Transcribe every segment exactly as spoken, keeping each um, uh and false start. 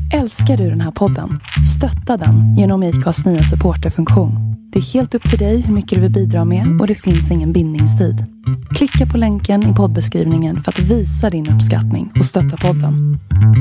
Älskar du den här podden? Stötta den genom I C A:s nya supporterfunktion. Det är helt upp till dig hur mycket du vill bidra med och det finns ingen bindningstid. Klicka på länken i poddbeskrivningen för att visa din uppskattning och stötta podden.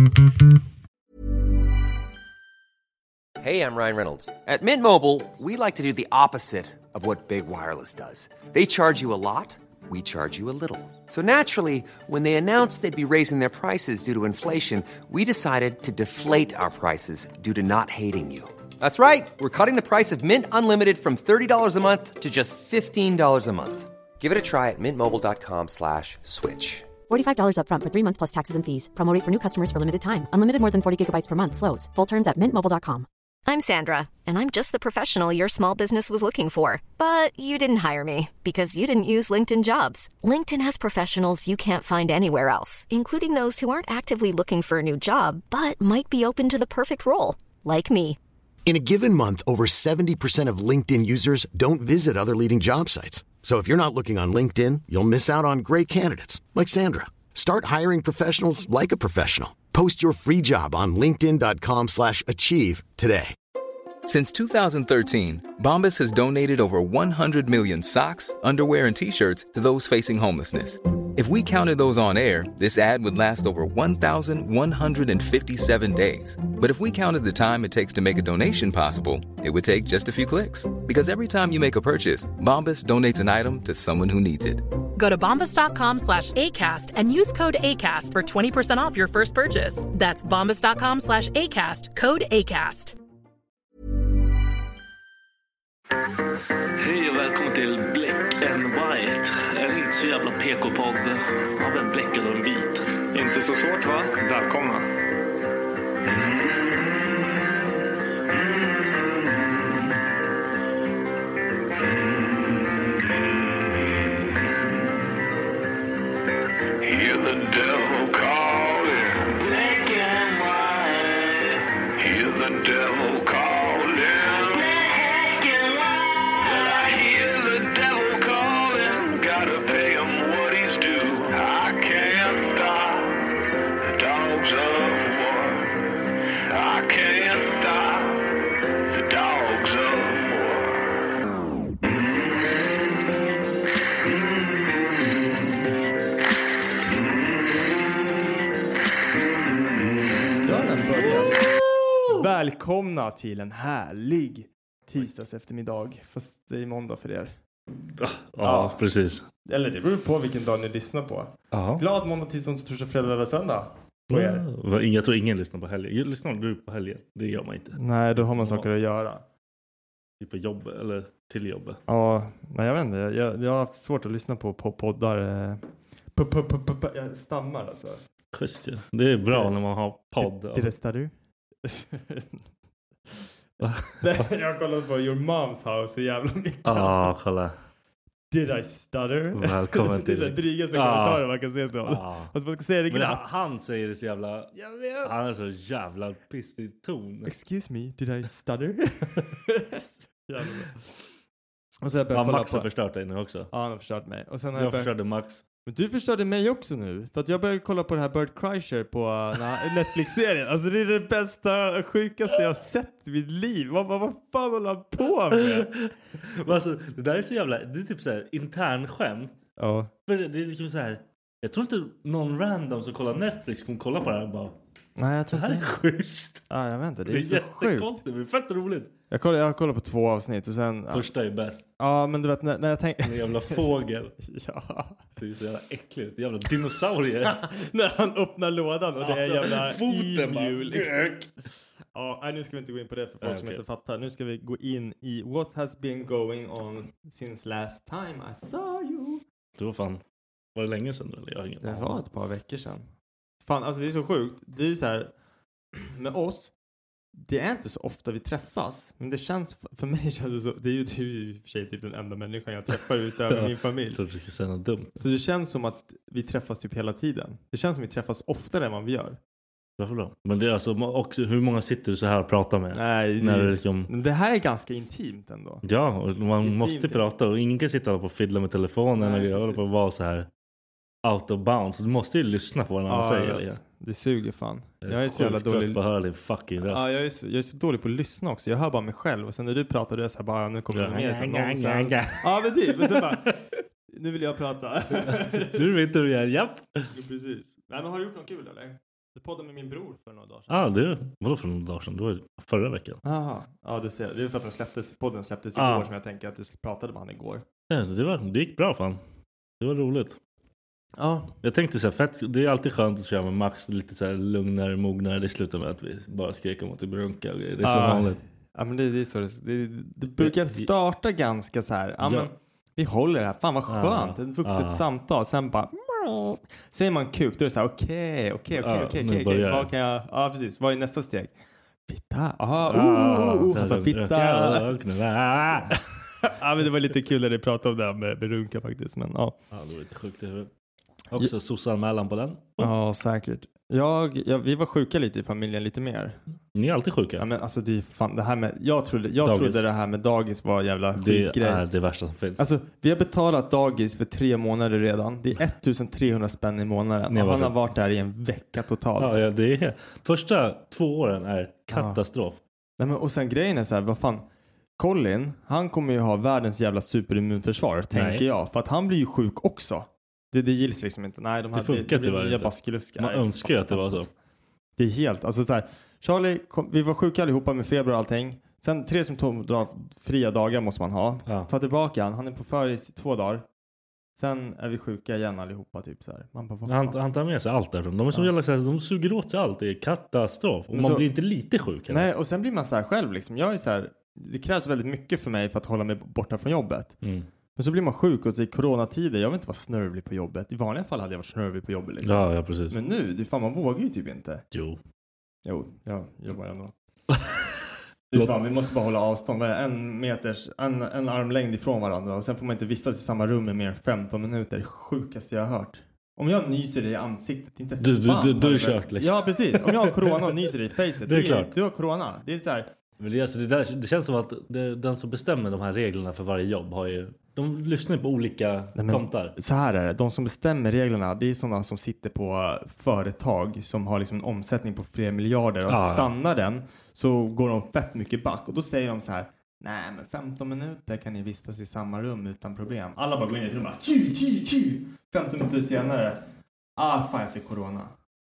Hey, I'm Ryan Reynolds. At Mint Mobile, we like to do the opposite of what Big Wireless does. They charge you a lot. We charge you a little. So naturally, when they announced they'd be raising their prices due to inflation, we decided to deflate our prices due to not hating you. That's right. We're cutting the price of Mint Unlimited from thirty dollars a month to just fifteen dollars a month. Give it a try at mintmobile.com slash switch. forty-five dollars up front for three months plus taxes and fees. Promo rate for new customers for limited time. Unlimited more than forty gigabytes per month slows. Full terms at mint mobile dot com. I'm Sandra, and I'm just the professional your small business was looking for. But you didn't hire me because you didn't use LinkedIn Jobs. LinkedIn has professionals you can't find anywhere else, including those who aren't actively looking for a new job, but might be open to the perfect role, like me. In a given month, over seventy percent of LinkedIn users don't visit other leading job sites. So if you're not looking on LinkedIn, you'll miss out on great candidates like Sandra. Start hiring professionals like a professional. Post your free job on linkedin dot com slash achieve today. Since two thousand thirteen, Bombas has donated over one hundred million socks, underwear, and T-shirts to those facing homelessness. If we counted those on air, this ad would last over one thousand one hundred fifty-seven days. But if we counted the time it takes to make a donation possible, it would take just a few clicks. Because every time you make a purchase, Bombas donates an item to someone who needs it. Go to bombas.com slash ACAST and use code ACAST for twenty percent off your first purchase. That's bombas.com slash ACAST, code ACAST. Hej och välkommen till Black and White. En inte så jävla P K-podd av en bläckad och en vit. Inte så svårt, va? Välkomna. Hear the devil calling. Black and white. Hear the devil calling. Välkomna till en härlig tisdags eftermiddag, fast det är måndag för er. Ja, ja, precis. Eller det beror på vilken dag ni lyssnar på. Ja. Glad måndag, tisdag, torsdag, fredag eller söndag på er. Ja, jag tror ingen lyssnar på helgen. Lyssnar du på helgen? Det gör man inte. Nej, då har man saker att göra. Typ på jobb eller till jobbet. Ja, nej jag vet inte. Jag, jag har haft svårt att lyssna på, på poddar. P- p- p- p- jag stammar alltså. Just det. Det är bra när man har podd. Did I stutter? Jag har kollat på Your Mom's House så jävla mycket. Ja, ah, kolla. Did I stutter? Välkommen till det. Det är drygaste ah. kommentarer man kan se till honom. Ah. Alltså man ska säga det glatt. Han säger det så jävla... Jag vet. Han är så jävla pissig ton. Excuse me, did I stutter? Och så har jag ja, Max på... har förstört dig nu också. Ja, han har förstört mig. Och sen har jag jag bör... förstörde Max. Men du förstörde mig också nu. För att jag började kolla på det här Bert Kreischer på uh, Netflix-serien. Alltså det är det bästa, sjukaste jag har sett i mitt liv. Vad, vad, vad fan håller han på med? Alltså, det där är så jävla... Det är typ så här intern skämt. Ja. För det är liksom så här... Jag tror inte någon random som kollar Netflix kommer kolla på det här och bara... Nej, jag tror det här inte. är schysst. Ja, jag vet inte. Det är, det är så sjukt. Det är fett roligt. Jag kollar, jag kollar på två avsnitt och sen... Första är bäst. Ja, men du vet när, när jag tänkte... En jävla fågel. Ja. Det är så jävla äckligt. Jävla dinosaurie. När han öppnar lådan och det är jävla foten e-mule. Ja, nej, nu ska vi inte gå in på det för folk nej, som okay. inte fattar. Nu ska vi gå in i what has been going on since last time I saw you. Det var fan... Var det länge sedan? Eller? Jag har ingen det var ett par veckor sedan. Fan, alltså det är så sjukt. Det är ju så här... Med oss... Det är inte så ofta vi träffas. Men det känns, för mig känns det så. Det är ju, det är ju för sig typ den enda människan jag träffar utöver min familj. Jag tror du ska säga något dumt. Så det känns som att vi träffas typ hela tiden. Det känns som vi träffas oftare än vad vi gör. Varför då? Men det är alltså också, hur många sitter du så här och pratar med? Nej, när det, det, liksom... det här är ganska intimt ändå. Ja, och man intimt måste prata och ingen kan sitta och fiddla med telefonen. Nej, och hålla på att vara så här. out of bounds. Du måste ju lyssna på vad han ja, säger. Det. det suger fan. Jag är, jag är så jävla dålig. trött på att höra din fucking röst. Ja, jag är, så, jag är så dålig på att lyssna också. Jag hör bara mig själv. Och sen när du pratar, du är så här bara, nu kommer det mer så nonsens. Ja, men typ. Och sen bara, nu vill jag prata. Du vet hur du gör, japp. Precis. Nej, men har du gjort något kul eller? Du poddade med min bror för några dagar sedan. Ja, ah, det vadå för några dagar sedan? Det var förra veckan. Jaha. Ja, du ser. Det är för att den släpptes, podden släpptes ah. igår som jag tänker att du pratade med han igår. Ja, det, var, det gick bra fan. Det var roligt. Ja. Jag tänkte så här, fett, det är alltid skönt att köra med Max lite så här lugnare, mognare. Det slutar med att vi bara skriker mot i brunka. Det är så ah. vanligt. Ja, men det, det är så. Det, det, det brukar starta ganska så här. Ja, ja. Men vi håller det här. Fan vad skönt. Ett vuxet ah. samtal. Sen bara... Säger man kuk, då är det så här, okej, okej, okej, okej, okej. Vad kan jag... Ja, precis. Vad är nästa steg? Fitta. Aha, uh, uh, uh. Alltså fitta. Ja, men det var lite kul när du pratade om det här med, med runka faktiskt. Men ja. Ja, det var lite sjukt. Också sossanmälan på den. Oh. Ja, säkert. Jag, jag, vi var sjuka lite i familjen, lite mer. Ni är alltid sjuka. Ja, men alltså det är fan, det här med, jag trodde, jag trodde det här med dagis var jävla skitgrej. Det är det värsta som finns. Alltså, vi har betalat dagis för tre månader redan. Det är ettusentrehundra spänn i månaden. Och han har varit där i en vecka totalt. Ja, ja, det är helt... Första två åren är katastrof. Ja. Nej, men, och sen grejen är så här, vad fan... Colin, han kommer ju ha världens jävla superimmunförsvar, tänker Nej. jag. För att han blir ju sjuk också. Det, det gills liksom inte. Nej, de här, det funkar det, tyvärr det, inte. Man önskar ju att det var så. Det är helt, alltså så här, Charlie, kom, vi var sjuka allihopa med feber och allting. Sen tre symptom, fria dagar måste man ha. Ja. Ta tillbaka han, han är på för i två dagar. Sen är vi sjuka igen allihopa typ så här. Man bara, han, han tar med sig allt därifrån. De är som ja. jävla, de suger åt sig allt. Det är katastrof. Och man så, blir inte lite sjuk. Eller? Nej, och sen blir man så här själv liksom. Jag är så här, det krävs väldigt mycket för mig för att hålla mig borta från jobbet. Mm. Men så blir man sjuk och så i coronatider, jag vill inte vara snörvlig på jobbet. I vanliga fall hade jag varit snörvlig på jobbet liksom. Ja, ja, precis. Men nu, det fan, man vågar ju typ inte. Jo. Jo, jag jobbar ändå. Det är fan, vi måste bara hålla avstånd. En meters, en, en armlängd ifrån varandra. Och sen får man inte vistas i samma rum i mer än femton minuter. Det sjukaste jag har hört. Om jag nyser dig i ansiktet, inte du, fan, du, du, du är kört liksom. Ja, precis. Om jag har corona och nyser dig i facet. Det är klart. Du har corona. Det är så här... Men det, alltså, det, där, det känns som att det, den som bestämmer de här reglerna för varje jobb har ju, de lyssnar på olika Nej, tomtar. Så här är det, de som bestämmer reglerna, det är sådana som sitter på företag som har liksom en omsättning på flera miljarder. Och ah. stannar den så går de fett mycket back. Och då säger de så här: nej men femton minuter kan ni vistas i samma rum utan problem. Alla bara går in i ett rum och bara tju, tju, tju. femton minuter senare, ah fan jag fick corona.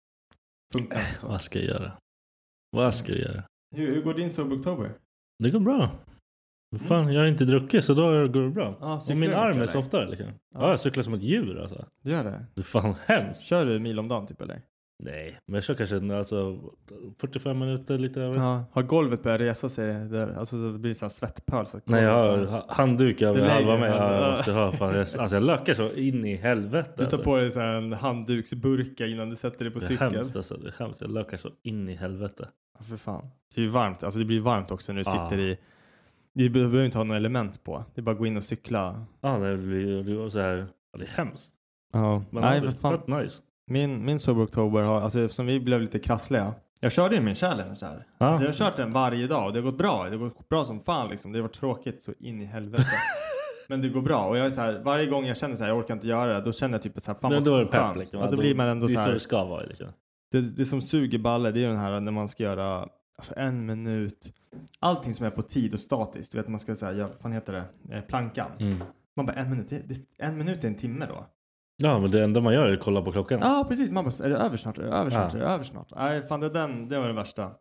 Funkar inte så. Vad ska jag göra? Vad ska jag göra? Hur, hur går din sober oktober? Det går bra. Fan, mm. jag har inte druckit så då går det bra. Ah, och min arm är softare liksom. Ah. Ja, jag cyklar som ett djur alltså. Du gör det? Det är fan hemskt. Kör du mil om dagen typ eller? Nej, men jag kör kanske alltså, fyrtiofem minuter lite över. Ja, har golvet börjat resa sig där? Alltså det blir så här svettpöl. Så Nej, jag har handduk över halva mig. Ja, måste ha, fan. Jag, alltså jag lökar så in i helvete. Du tar alltså. på dig så här en handduksburka innan du sätter dig på cykeln. Det är hemskt alltså, det är hemskt. Jag lökar så in i helvete. Ja, för fan. Det är ju varmt, alltså det blir varmt också när du ah. sitter i. Det behöver inte ha något element på. Det är bara att gå in och cykla. Ja, det blir, det blir så här. Ja, det är hemskt. Ja, men nej, det är fett nice. Min, min sober oktober har, alltså eftersom vi blev lite krassliga. Jag körde ju min challenge här. Ah. Alltså jag har kört den varje dag och det har gått bra. Det har gått bra som fan liksom. Det har varit tråkigt så in i helvete. Men det går bra. Och jag är så här, varje gång jag känner så här, jag orkar inte göra det. Då känner jag typ så här, fan vad då är det pepp liksom. Ja, då, då blir man ändå så här. Det är så det ska vara liksom. Det, det som suger balle, det är den här när man ska göra alltså en minut. Allting som är på tid och statiskt. Du vet man ska säga, ja, vad fan heter det? Eh, plankan. Mm. Man bara, en minut, det, en minut är en timme då. Ja, men det enda man gör är att kolla på klockan. Ja, precis. Man bara, är det över snart? Är det över snart? Ja. Är det över snart? Nej, fan det, den, det var det värsta.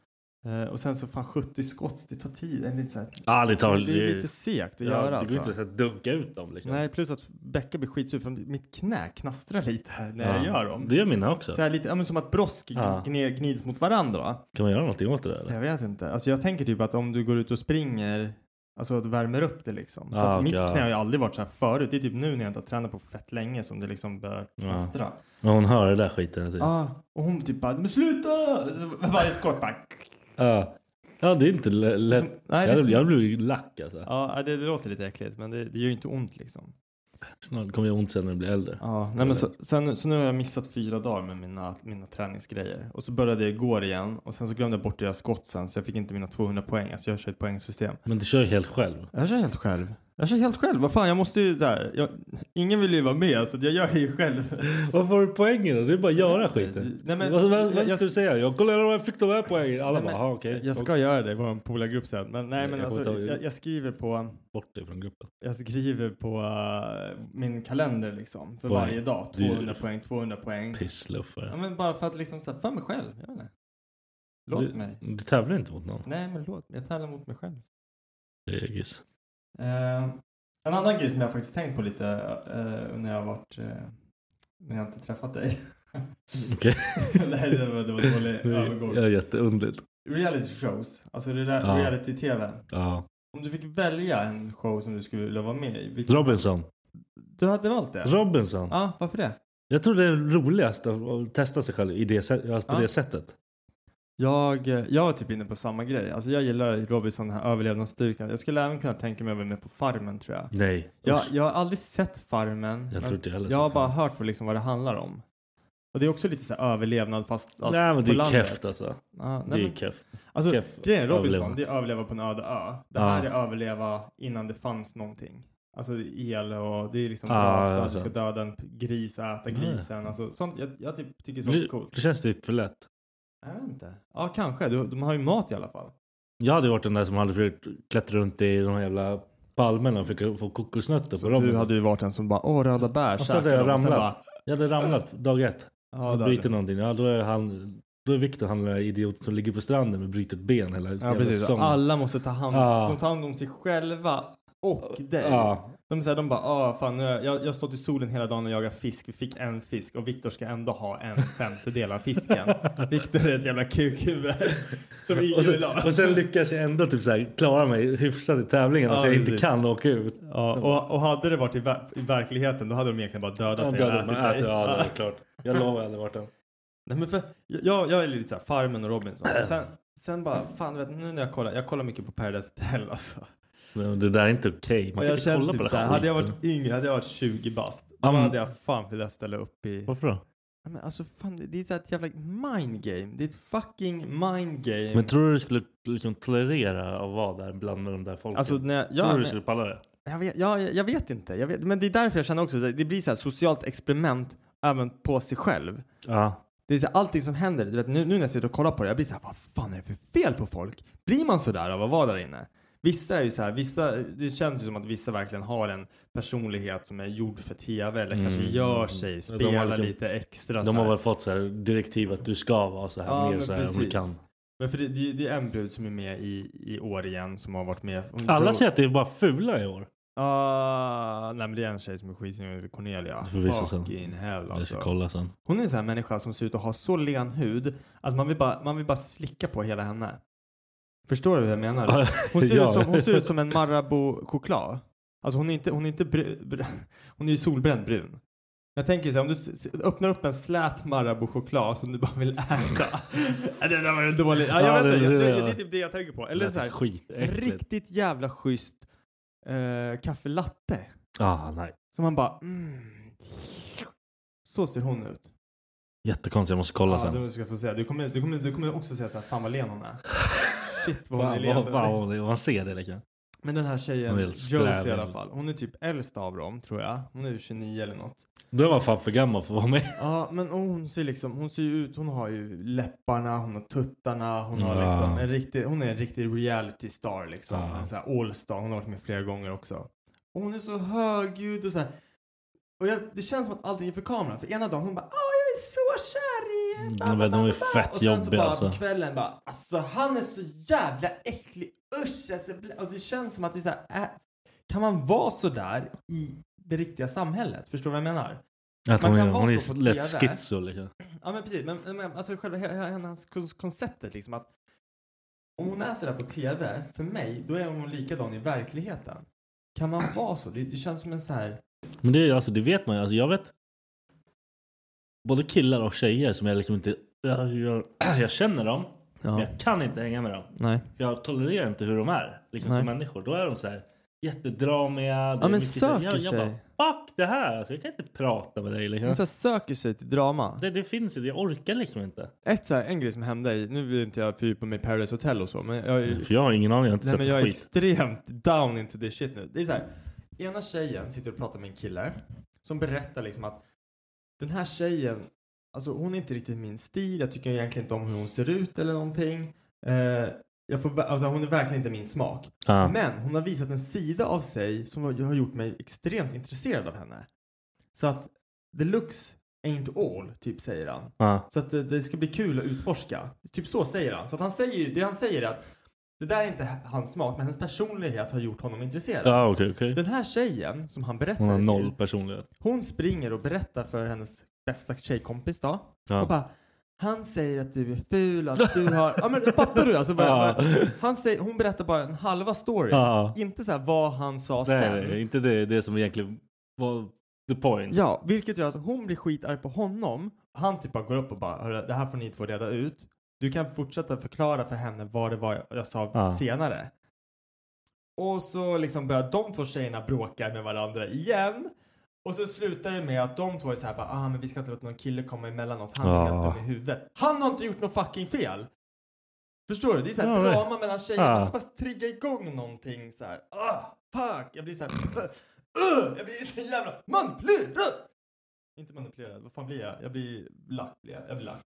Uh, och sen så fan sjuttio skott, det tar tid. Det är lite, så här, ah, det, tar, det, det är lite segt att ja, göra. Det går alltså. inte så att dunka ut dem. Liksom. Nej, plus att Becka blir skitsur för mitt knä knastrar lite här när ja, jag gör dem. Det gör mina också. Så här lite, ja, men som att brosk ja. gnids mot varandra. Kan man göra någonting åt det där? Eller? Jag vet inte. Alltså jag tänker typ att om du går ut och springer, alltså att du värmer upp det liksom. För ah, att mitt okay. knä har ju aldrig varit så här förut. Det är typ nu när jag inte har tränat på fett länge som det liksom börjar knastra. Ja. Men hon hör det där skiten. Ja, ah, och hon typ bara, men sluta! Varje skott bara. Ja. Ja, det är inte lätt. Som, nej, jag, som... jag blir lack alltså. Ja, det, det låter lite äckligt, men det, det gör ju inte ont liksom. Snart kommer jag ont sen när jag blir äldre. Ja, nej, men så, sen, så nu har jag missat fyra dagar med mina, mina träningsgrejer. Och så började jag igår igen. Och sen så glömde jag bort att göra skott sen. Så jag fick inte mina tvåhundra poäng. Alltså jag kör ett poängsystem. Men du kör helt själv? Jag kör helt själv. Jag kör helt själv. Vad fan, jag måste ju där. Jag, ingen vill ju vara med så jag gör det ju själv. Vad var poängen då? Det är bara att göra skiten. Nej, men, vad vad, vad jag, ska du säga? Jag kollar om jag fick de här poängen. Alla nej, bara, okej. Okay. Jag ska göra det i vår polargrupp sen. Men nej, men jag, alltså, jag, jag skriver på... Bort från gruppen. Jag skriver på uh, min kalender liksom. För poäng. Varje dag. tvåhundra du, poäng, tvåhundra poäng. Pissluffare. Ja, men bara för att liksom, så här, för mig själv. Jag vet inte. Låt du, mig. Du tävlar inte mot någon. Nej, men låt mig. Jag tävlar mot mig själv. Det är giss. Uh, en annan grej som jag faktiskt tänkt på lite uh, när jag har varit... Uh, när jag inte träffat dig. Okej. Nej, det var, det var dålig övergång. Jag är jätteunderligt. Reality shows. Alltså det där ja. reality-tv. Ja. Om du fick välja en show som du skulle vara med i. Vilken... Robinson. Du hade valt det? Robinson. Ja, varför det? Jag tror det är roligast att testa sig själv i det, alltså på ja. det sättet. Jag, jag var typ inne på samma grej. Alltså jag gillar Robinson, den här överlevnadsstyrkan. Jag skulle även kunna tänka mig att vara med på Farmen, tror jag. Nej. Jag, jag har aldrig sett Farmen. Jag, tror inte jag, jag har bara hört vad, liksom, vad det handlar om. Och det är också lite så här överlevnad fast alltså, nej, men det är landet. keft alltså. Ja, det är keft. Alltså kef, grejen Robinson, det är överleva på en öde ö. Det här ja. är överleva innan det fanns någonting. Alltså el och det är liksom ah, rasa, ja, du ska döda en gris och äta grisen. Nej. Alltså sånt, jag, jag typ, tycker sånt är coolt. Det känns typ för lätt. Jag vet inte. Ja, kanske. Du, de har ju mat i alla fall. Jag hade varit den där som hade försökt klättra runt i de här jävla palmerna och fick få kokosnötter på Robinson. Du hade ju varit en som bara, åh, röda bär. Och så hade jag ramlat. Bara... Jag hade ramlat dag ett. Ja, och bryter någonting. Ja, då är han... Då är Victor han är idiot som ligger på stranden med bryter ett ben. Eller ja, precis. Sång. Alla måste ta hand, ah. de tar hand om sig själva och dig. Ah. De säger de bara, ah, fan, jag, jag har stått i solen hela dagen och jagat fisk. Vi fick en fisk och Victor ska ändå ha en femtedel av fisken. Victor är ett jävla kukhuvud. Som ingen vill ha. Och sen lyckas jag ändå typ så här, klara mig hyfsat i tävlingen. Ja, så jag precis. inte kan åka ut. Ja, och, och hade det varit i, ver- i verkligheten då hade de egentligen bara dödat dig. Ja, dödat mig. Ätit, ja, det är klart. Jag lovar jag hade varit den. Nej, men för, jag, jag är lite så här Farmen och Robinson. Sen, sen bara, fan vet, nu när jag kollar, jag kollar mycket på Paradise Hotel alltså. Det där är inte okej. Okay. Man kan inte kolla typ på det här. Hade jag varit yngre, hade jag varit tjugo bast. Då um, hade jag fan för att ställa upp i... Varför då? Men alltså fan, det är så ett jävla mind game. Det är ett fucking mind game. Men tror du du skulle liksom tolerera att vara där bland de där folken? Alltså, när jag, tror ja, du du men, skulle palla det? Jag vet, ja, jag, jag vet inte. Jag vet, men det är därför jag känner också att det blir så här socialt experiment även på sig själv. Ja. Det är så här, allting som händer. Du vet, nu, nu när jag sitter och kollar på det, jag blir så här, vad fan är det för fel på folk? Blir man så där av att vara där inne? Vissa är ju så här, vissa, det känns ju som att vissa verkligen har en personlighet som är gjord för tv eller mm. kanske gör sig, spelar liksom, lite extra. De har väl fått så här direktiv att du ska vara så här ja, mer så här om du kan. Men för det, det, det är en brud som är med i, i år igen som har varit med. Alla tror... säger att det är bara fula i år. Uh, nej men det är en tjej som är skitsnygg, Cornelia. Fucking hell alltså. Jag ska kolla sen. Hon är en sån här människa som ser ut att ha så len hud att man vill bara, man vill bara slicka på hela henne. Förstår du vad jag menar? Hon ser, ja. ut, som, hon ser ut som en Marabou-choklad. Alltså hon är inte, hon är inte br- br- hon är ju solbränd brun. Jag tänker så här, om du öppnar upp en slät Marabou-choklad som du bara vill äta. det där var ju dåligt. Ja, jag ja, vet inte, det, det, det, det är typ det jag tänker på. Eller så här, skit, riktigt jävla schysst eh, kaffelatte. Ah, nej. Så man bara, mm. Så ser hon ut. Jättekonstigt, jag måste kolla ja, sen. Du ska få se. Du kommer, du kommer, du kommer också säga så här, fan vad len hon är. Shit vad hon är len. Vad hon man ser det liksom. Men den här tjejen, Josie i alla fall. Hon är typ äldst av dem, tror jag. Hon är tjugonio eller något. Du var fan för gammal för att vara med. Ja, men hon ser liksom, hon ser ju ut, hon har ju läpparna, hon har tuttarna, hon har ja. liksom en riktig, hon är en riktig reality star liksom. Ja. En sån här all-star, hon har varit med flera gånger också. Och hon är så högljudd och så här. Och jag, det känns som att allting är för kameran. För ena dagen hon bara, åh jag är så kär i er. Mm, de är fett jobbiga. Och sen så bara alltså. På kvällen bara, alltså han är så jävla äcklig. Usch, alltså, och det känns som att det är så här, äh, kan man vara så där i det riktiga samhället? Förstår du vad jag menar? Att hon, är, hon är lätt schizo liksom. Ja men precis, men, men alltså själva hennes konceptet liksom att om hon är så där på tv, för mig, då är hon likadan i verkligheten. Kan man vara så? Det, det känns som en så här. Men det, alltså, det vet man ju, alltså jag vet både killar och tjejer som jag liksom inte jag, jag, jag känner dem. Ja. Men jag kan inte hänga med dem. Nej. Jag tolererar inte hur de är. Liksom som människor. Då är de så här jättedramiga. Ja men söker jag, sig. Jag bara, fuck det här. Alltså, jag kan inte prata med dig. Liksom. Men så söker sig till drama. Det, det finns inte. Jag orkar liksom inte. Ett så här, en grej som hände i, nu vill inte jag fördjupa mig i Paradise Hotel och så. Men jag, är, För jag har ingen aning. Jag har inte nej, sett men jag är skit. extremt down into this shit nu. Det är så här. ena tjejen sitter och pratar med en kille som berättar liksom att den här tjejen, alltså hon är inte riktigt min stil. Jag tycker egentligen inte om hur hon ser ut eller någonting. Eh, jag får, alltså hon är verkligen inte min smak. Ah. Men hon har visat en sida av sig som har gjort mig extremt intresserad av henne. Så att the looks ain't all, typ säger han. Ah. Så att det, det ska bli kul att utforska. Typ så säger han. Så att han säger, det han säger är att det där är inte hans smak, men hans personlighet har gjort honom intresserad. Ah, okay, okay. Den här tjejen som han berättar hon har noll till, personlighet. Hon springer och berättar för hennes bästa tjejkompis då. Ah. Och bara, han säger att du är ful, att du har... Ja, men fattar du? Alltså, ah. han säger, hon berättar bara en halva story. Ah. Inte så här vad han sa nej, sen. Nej, inte det, det som egentligen var the point. Ja, vilket gör att hon blir skitarg på honom. Han typ bara går upp och bara, det här får ni två reda ut. Du kan fortsätta förklara för henne vad det var jag sa ah. senare. Och så liksom börjar de två tjejerna bråka med varandra igen. Och så slutar det med att de två är så här bara, ah men vi ska inte låta någon kille komma emellan oss. Han är ah. helt dum i huvudet. Han har inte gjort något fucking fel. Förstår du? Det är så här ah, drama nej. mellan tjejer. Ah. Man ska bara trigga igång någonting så här. Ah, fuck. Jag blir så här. Uh, jag blir så jävla manipulerad. Inte manipulerad. Vad fan blir jag? Jag blir lack. Jag blir lack.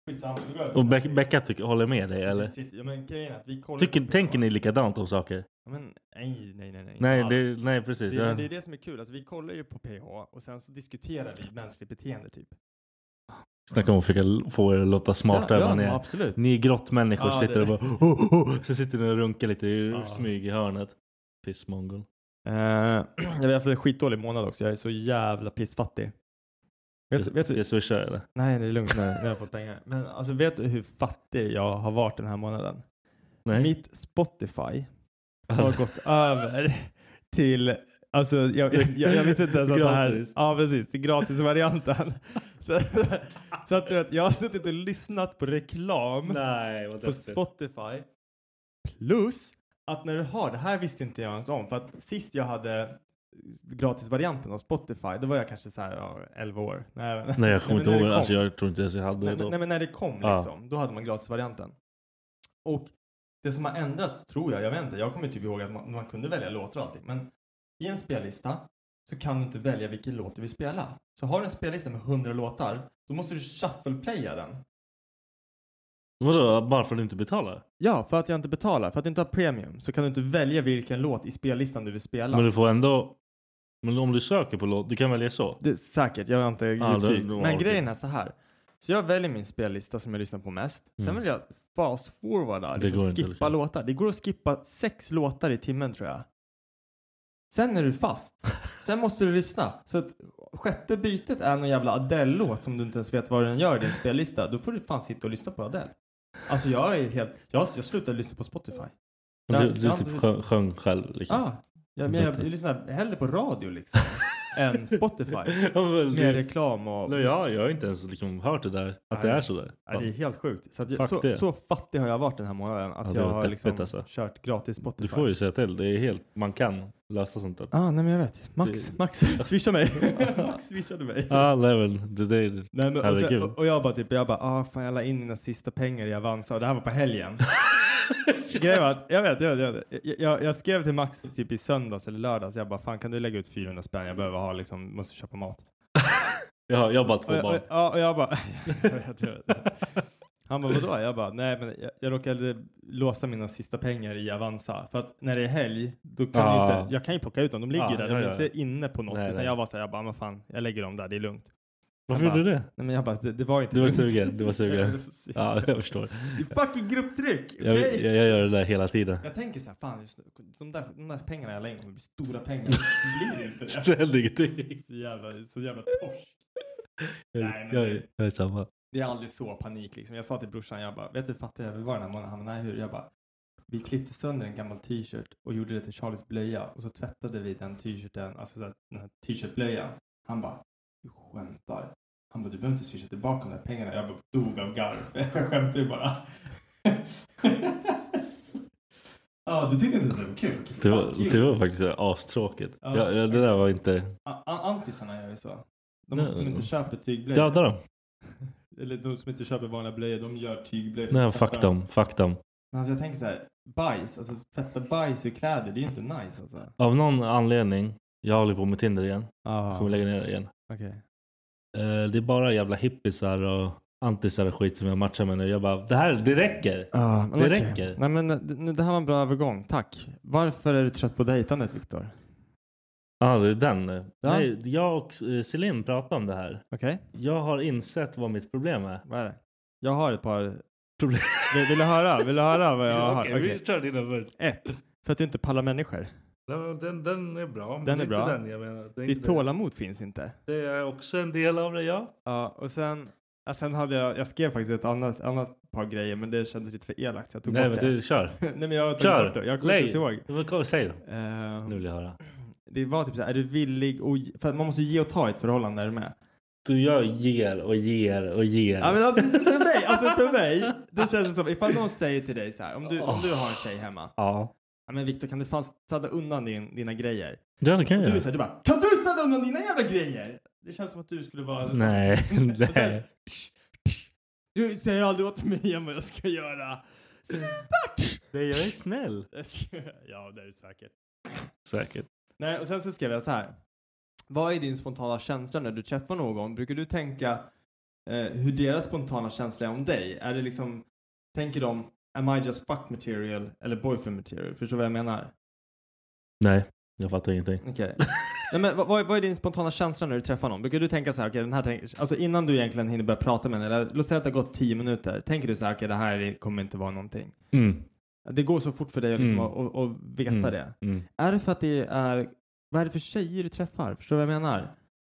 Och Be- Becka tycker, håller med dig, eller? Ja, men grejen är att vi kollar tycker, tänker ni likadant om saker? Ja, men nej, nej, nej. Nej, nej, det, nej precis. Det, ja. det är det som är kul. Alltså, vi kollar ju på P H och sen så diskuterar vi mänskligt beteende, typ. Snacka om att försöka få er att låta smartare. Ja, ja, ni, är, absolut. ni är grottmänniskor, ja, sitter det... och bara... Oh, oh, så sitter ni och runkar lite i ja. smyg i hörnet. Pissmongol. Uh, jag har haft en skitdålig månad också. Jag är så jävla pissfattig. Vet, ska, vet ska du? jag swisha eller? Nej, det är lugnt. Nej, jag har fått pengar. Men alltså, vet du hur fattig jag har varit den här månaden? Nej. Mitt Spotify har gått över till... Alltså, jag, jag, jag, jag visste inte ens att det här... Ja, precis. Det är gratisvarianten. så, så att du vet, jag har suttit och lyssnat på reklam Nej, på Spotify. Plus att när du har... Det här visste inte jag ens om. För att sist jag hade... gratisvarianten av Spotify, då var jag kanske så här ja, elva år. Nej, nej jag kommer inte ihåg, alltså jag tror inte ens jag hade nej, det då. Nej, men när det kom liksom, ah. då hade man gratisvarianten. Och det som har ändrats, tror jag, jag vet inte, jag kommer typ ihåg att man, man kunde välja låtar och allting, men i en spellista så kan du inte välja vilken låt du vill spela. Så har du en spellista med hundra låtar, då måste du shuffle-playa den. Vadå? Bara för att du inte betalar? Ja, för att jag inte betalar. För att du inte har premium så kan du inte välja vilken låt i spellistan du vill spela. Men du får ändå... Men om du söker på låt, du kan välja så? Det, säkert, jag har inte ah, det, det Men grejen är så här. Så jag väljer min spellista som jag lyssnar på mest. Sen mm. vill jag fast forwarda, liksom skippa inte, liksom. låtar. Det går att skippa sex låtar i timmen, tror jag. Sen är du fast. Sen måste du lyssna. Så att sjätte bytet är någon jävla Adele-låt som du inte ens vet vad den gör i din spellista. Då får du fan sitta och lyssna på Adele. Alltså jag är helt... Jag, jag slutade lyssna på Spotify. Jag, du du jag typ inte... sjöng själv liksom. Ja, jag, jag, jag, jag lyssnar hellre på radio liksom. än Spotify. Ja, med du, reklam och... Nej, ja, jag har inte ens liksom hört det där. Att nej, det är så där. Nej, det är helt sjukt. Så, jag, så, så fattig har jag varit den här månaden. Att ja, jag har liksom alltså. kört gratis Spotify. Du får ju säga till. Det är helt... Man kan lösa sånt där. Ja, ah, nej men jag vet. Max, det... Max swisha mig. Max swishade mig. Ja, ah, level. Det, det, det. Nej, men, och, sen, och, och jag bara typ... Jag bara, ah fan jag la in mina sista pengar i Avanza. Och det här var på helgen. Att, jag vet, jag, vet, jag, jag, jag skrev till Max typ i söndags eller lördags. Jag bara, fan kan du lägga ut fyrahundra spänn? Jag behöver ha liksom, måste köpa mat. Ja, jag har bara två och, barn. Och, ja, och jag bara, jag vet, jag vet. Han bara, vadå? Jag bara, nej men jag, jag råkade låsa mina sista pengar i Avanza. För att när det är helg, då kan ah. jag inte, jag kan ju plocka ut dem. De ligger ah, där, de är ja, ja. inte inne på något. Nej, utan nej. jag var så här, jag bara, men fan, jag lägger dem där, det är lugnt. Varför gjorde du det? Nej men jag bara, det, det var inte... Du var sugen, du var sugen. Ja, jag förstår. Det är fucking grupptryck, okej? Okay? Jag, jag gör det där hela tiden. Jag tänker så här, fan, just, de, där, de där pengarna jag la in kommer bli stora pengar. Det blir inte det. Det händer ingenting. Så jävla, så jävla torsk. Jag, Nej, men jag, jag, jag är samma. Det är aldrig så panik liksom. Jag sa till brorsan, jag bara, vet du fattar jag vill vara den här månaden? Han bara, nej hur? Jag bara, vi klippte sönder en gammal t-shirt och gjorde det till Charlies blöja. Och så tvättade vi den t-shirten, alltså den här t-shirt-blöjan. Han bara, du skämtar. Han bara, du behöver inte swisha tillbaka de där pengarna. Jag bara dog av garv. Jag skämtade ju bara. Ja, du tyckte inte att det var kul? Det var, det var faktiskt astråkigt. Ja, ja, det där var inte... A- antisarna gör ju så. De Nej, som inte köper tygblöjor. Döda dem. Eller de som inte köper vanliga blöjor, de gör tygblöjor. Nej, fuck dem, fuck dem. Men alltså jag tänker så här, bajs, alltså fetta bajs i kläder, det är inte nice alltså. Av någon anledning Jag håller på med Tinder igen. Ah. Jag kommer lägga ner det igen. Okay. Uh, det är bara jävla hippisar och antisar och skit som jag matchar med nu. Jag bara, det här, det räcker. Ah, det okay. räcker. Nej, men nu, det här var en bra övergång. Tack. Varför är du trött på dejtandet, Viktor? Ja, ah, det är den. Ja. Nej, jag och Celine pratade om det här. Okej. Okay. Jag har insett vad mitt problem är. Vad är det? Jag har ett par problem. Vill, vill du höra? Vill du höra vad jag har? Okej, okay, vi kör dina först. Ett. För att du inte pallar människor. Den, den är bra. Men den är bra. Den, jag menar. Ditt tålamod finns inte. Det är också en del av det, ja. Ja, och sen... Ja, sen hade jag... Jag skrev faktiskt ett annat, annat par grejer, men det kändes lite för elakt. Så jag tog Nej, bort men det. du, kör. Nej, men jag kör. Bort det. Jag kommer inte ihåg. Vad säger du? Uh, nu vill jag höra. Det var typ så här, är du villig och... För man måste ge och ta i ett förhållande, är du med? Du gör ger och ger och ger. Ja, men alltså för mig, alltså för mig, det känns som, ifall någon säger till dig så här, om du, oh. om du har en tjej hemma. Ja. Ja, men Viktor, kan du fan städa undan din, dina grejer? Ja, det kan jag. Och du säger, du bara, kan du städa undan dina jävla grejer? Det känns som att du skulle vara... Nej, nej. Du säger aldrig åt mig vad jag ska göra. Så, nej, jag är snäll. Ja, det är säkert. Säkert. Nej, och sen så skrev jag så här. Vad är din spontana känsla när du träffar någon? Brukar du tänka eh, hur deras spontana känsla är om dig? Är det liksom, tänker de, am I just fuck material eller boyfriend material? Förstår du vad jag menar? Nej, jag fattar ingenting. Okej. Okay. Nej, men vad, vad är din spontana känsla när du träffar någon? Brukar du tänka så här, okej, okay, den här tänk- alltså innan du egentligen hinner börja prata med den, eller låt säga att det har gått tio minuter, tänker du så här, okej, okay, det här kommer inte vara någonting. Mm. Det går så fort för dig liksom, mm. att, att veta mm. det. Mm. Är det för att det är, vad är det för tjejer du träffar? Förstår du vad jag menar?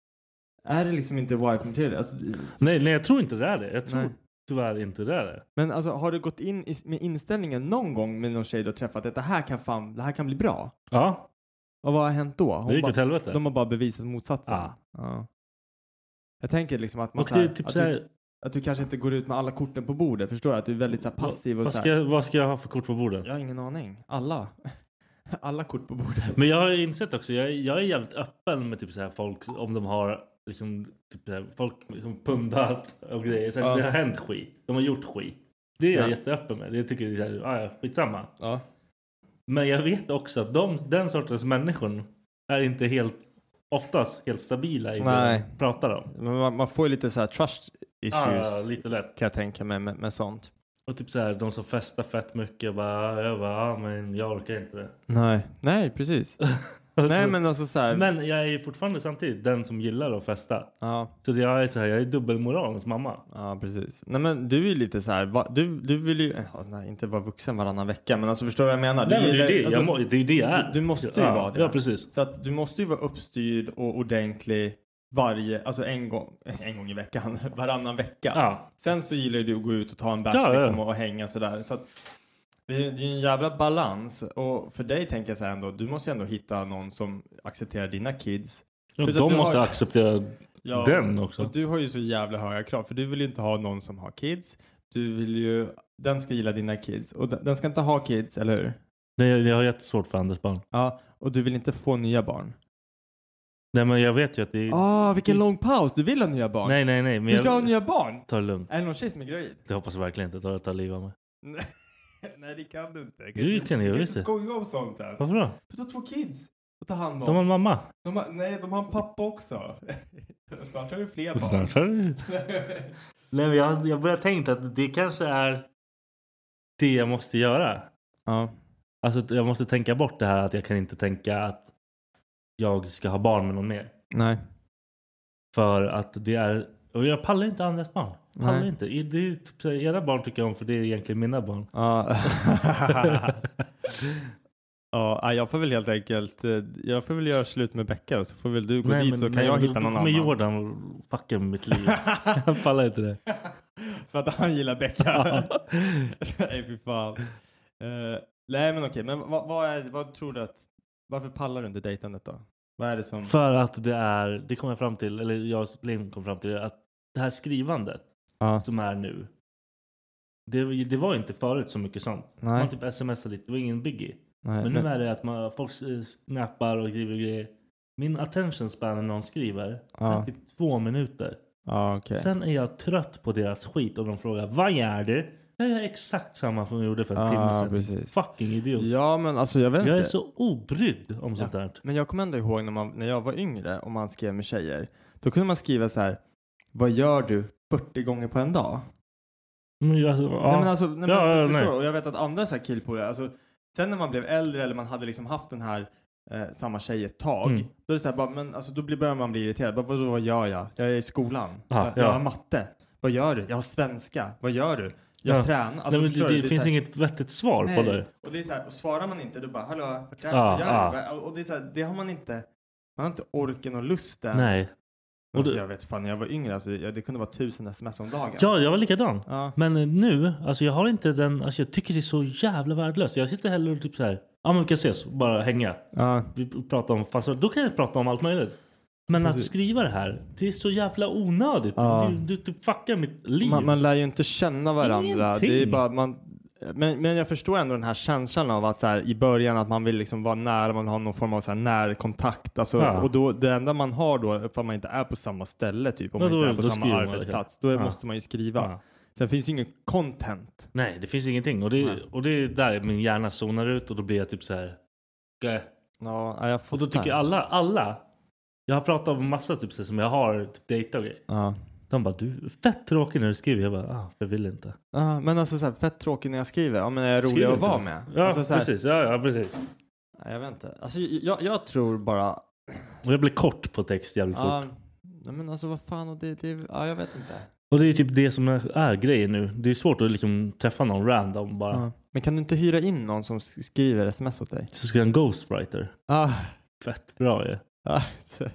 Är det liksom inte wife material? Alltså, nej, nej, jag tror inte det är det. Jag tror nej. tyvärr inte det är det. Men alltså, har du gått in i, med inställningen någon gång med någon tjej du har träffat att det här kan fan, det här kan bli bra? Ja. Och vad har hänt då? Hon det gick bara, åt helvete. De har bara bevisat motsatsen. Ja. Ja. Jag tänker liksom att man och så här, det är typ att, så här... du, att du kanske inte går ut med alla korten på bordet. Förstår du? Att du är väldigt så här, passiv. Och vad, så ska, här. vad ska jag ha för kort på bordet? Jag har ingen aning. Alla. Alla kort på bordet. Men jag har insett också, jag, jag är jävligt öppen med typ så här folk, om de har liksom, typ så här, folk liksom pundat och grejer. Så ja. Det har hänt skit. De har gjort skit. Det är jag ja. jätteöppen med. Det tycker jag är så här, ja, skitsamma. Ja. Men jag vet också att de, den sortens människor är inte helt, oftast helt stabila i det de pratar om. Men man, man får ju lite så här trust issues. Ja, lite lätt. Kan jag tänka mig med, med sånt. Och typ så här, de som festar fett mycket bara, jag bara, ja, men jag orkar inte det. Nej, nej, precis. alltså, nej, men alltså så här. Men jag är ju fortfarande samtidigt den som gillar att festa. Ja. Så jag är så här, jag är dubbelmoralens mamma. Ja, precis. Nej, men du är lite så här, va, du, du vill ju, ja, nej, inte vara vuxen varannan vecka, men alltså förstår du vad jag menar? Du nej, men det är det, alltså, jag må, det är det jag är. Du, du måste ju ja, vara det. Ja, precis. Så att du måste ju vara uppstyrd och ordentlig varje, alltså en gång, en gång i veckan, varannan vecka. Ja. Sen så gillar du att gå ut och ta en bärs ja, ja. liksom, och, och hänga sådär. Så att det är, det är en jävla balans. Och för dig tänker jag så här ändå, du måste ju ändå hitta någon som accepterar dina kids. Ja, de måste har, acceptera ja, den också. Och du har ju så jävla höga krav, för du vill ju inte ha någon som har kids. Du vill ju, den ska gilla dina kids. Och den, den ska inte ha kids, eller hur? Det, jag har jättesvårt för Anders barn. Ja, och du vill inte få nya barn. Nej, men jag vet ju att det är... Ah, vilken lång paus. Du vill ha nya barn. Nej, nej, nej. Men du ska jag... ha nya barn? Ta det lugnt. Är det någon tjej som är gravid? Det hoppas jag verkligen inte. Då tar liv av mig. Nej, det kan du inte. Du kan ju, du kan inte skoja om sånt här. Varför då? Du har två kids att ta hand om. De har en mamma. De har, nej, de har en pappa också. Snart har du fler barn. Snart har du... Nej, men jag, jag börjar tänka att det kanske är det jag måste göra. Ja. Alltså, jag måste tänka bort det här att jag kan inte tänka att jag ska ha barn med någon mer. Nej. För att det är... Och jag pallar inte andras barn. Pallar Nej. inte. Det är typ, era barn tycker jag om, för det är egentligen mina barn. Ja. Ja, jag får väl helt enkelt... Jag får väl göra slut med Becka och så får väl du gå nej, dit men, så kan nej, jag hitta någon annan. Men Jordan fuckar med mitt liv. Jag pallar inte det. För att han gillar Becka. Nej, fy fan. Uh, nej, men okej. Men vad, vad, är, vad tror du att... Varför pallar du inte dejtandet då? Vad är det som... För att det är... Det kommer jag fram till, eller jag och Linn kom fram till det, att det här skrivandet ja. som är nu, det, det var inte förut så mycket sånt. Nej. Man typ smsar lite, det var ingen biggie. Nej, men nu men... är det att man, folk snappar och skriver grejer. Min attention span när någon skriver ja. är typ två minuter. Ja, okay. Sen är jag trött på deras skit och de frågar, vad gör du? Jag gör exakt samma som jag gjorde för en ah, timme sedan. Precis. Fucking idiot. Ja, men alltså jag vet inte. Jag är så obrydd om ja. sånt där. Men jag kommer ändå ihåg när, man, när jag var yngre och man skrev med tjejer. Då kunde man skriva så här: vad gör du fyrtio gånger på en dag? Mm, alltså, ja. Nej men alltså, nej, ja, men, ja, förstår nej. Och jag vet att andra så här killpolare, alltså sen när man blev äldre eller man hade liksom haft den här eh, samma tjej ett tag, Mm. då är det så här, bara, men alltså då blir börjar man bli irriterad. Bara, vad, vad gör jag? Jag är i skolan. Ah, jag, ja. jag har matte. Vad gör du? Jag har svenska. Vad gör du? Jag ja. tränar. Alltså, nej, men det, det, det det finns här, inget vettigt svar nej. på det. Och det är så här, och svarar man inte då bara hallå, vad tränar Ah, vad gör ah. du? Och det är så här, det har man inte. Man har inte orken och lusten. Nej. Och Alltså, det, jag vet fan, när jag var yngre alltså, jag, det kunde vara tusen sms om dagen. ja, jag var likadan. Ja. Men eh, nu, alltså jag har inte den, alltså jag tycker det är så jävla värdelöst. Jag sitter hellre och typ så här, ja men vi kan ses, bara hänga. Ja. Vi pratar om, fast då kan jag prata om allt möjligt. Men Precis. att skriva det här, det är så jävla onödigt. Ja. Du, du typ fuckar mitt liv. Man, man lär ju inte känna varandra. Ingenting. Det är bara man. Men, men jag förstår ändå den här känslan av att så här, i början att man vill liksom vara nära, man har någon form av så här närkontakt. Alltså, Ja. Och då, det enda man har då, för man inte är på samma ställe typ, om Ja, man då- inte är på då samma skriver man arbetsplats, det. då Ja. måste man ju skriva. Ja. Sen finns ju ingen content. Nej, det finns ingenting. Och det, Nej. och det är där min hjärna zonar ut och då blir jag typ så här. Gah. Ja, jag Och då tycker alla, alla. Jag har pratat om massa typ så som jag har typ dejta och grejer. Ja. De bara, du är fett tråkig när du skriver. Jag bara, ah, jag vill inte. Ja, men alltså så här, fett tråkigt när jag skriver. Ja, men är jag rolig Skriv att inte. vara med. Ja, alltså, så här, precis. Ja, ja, precis. nej, jag vet inte. Alltså, jag, jag tror bara. Och jag blir kort på text jävligt Ja, fort. nej, men alltså vad fan. Och det, det, ja, jag vet inte. Och det är typ det som är, är grejen nu. Det är svårt att liksom träffa någon random bara. Ja. Men kan du inte hyra in någon som sk- skriver sms åt dig? Så ska jag en ghostwriter. Ah. Fett bra ju. Ja.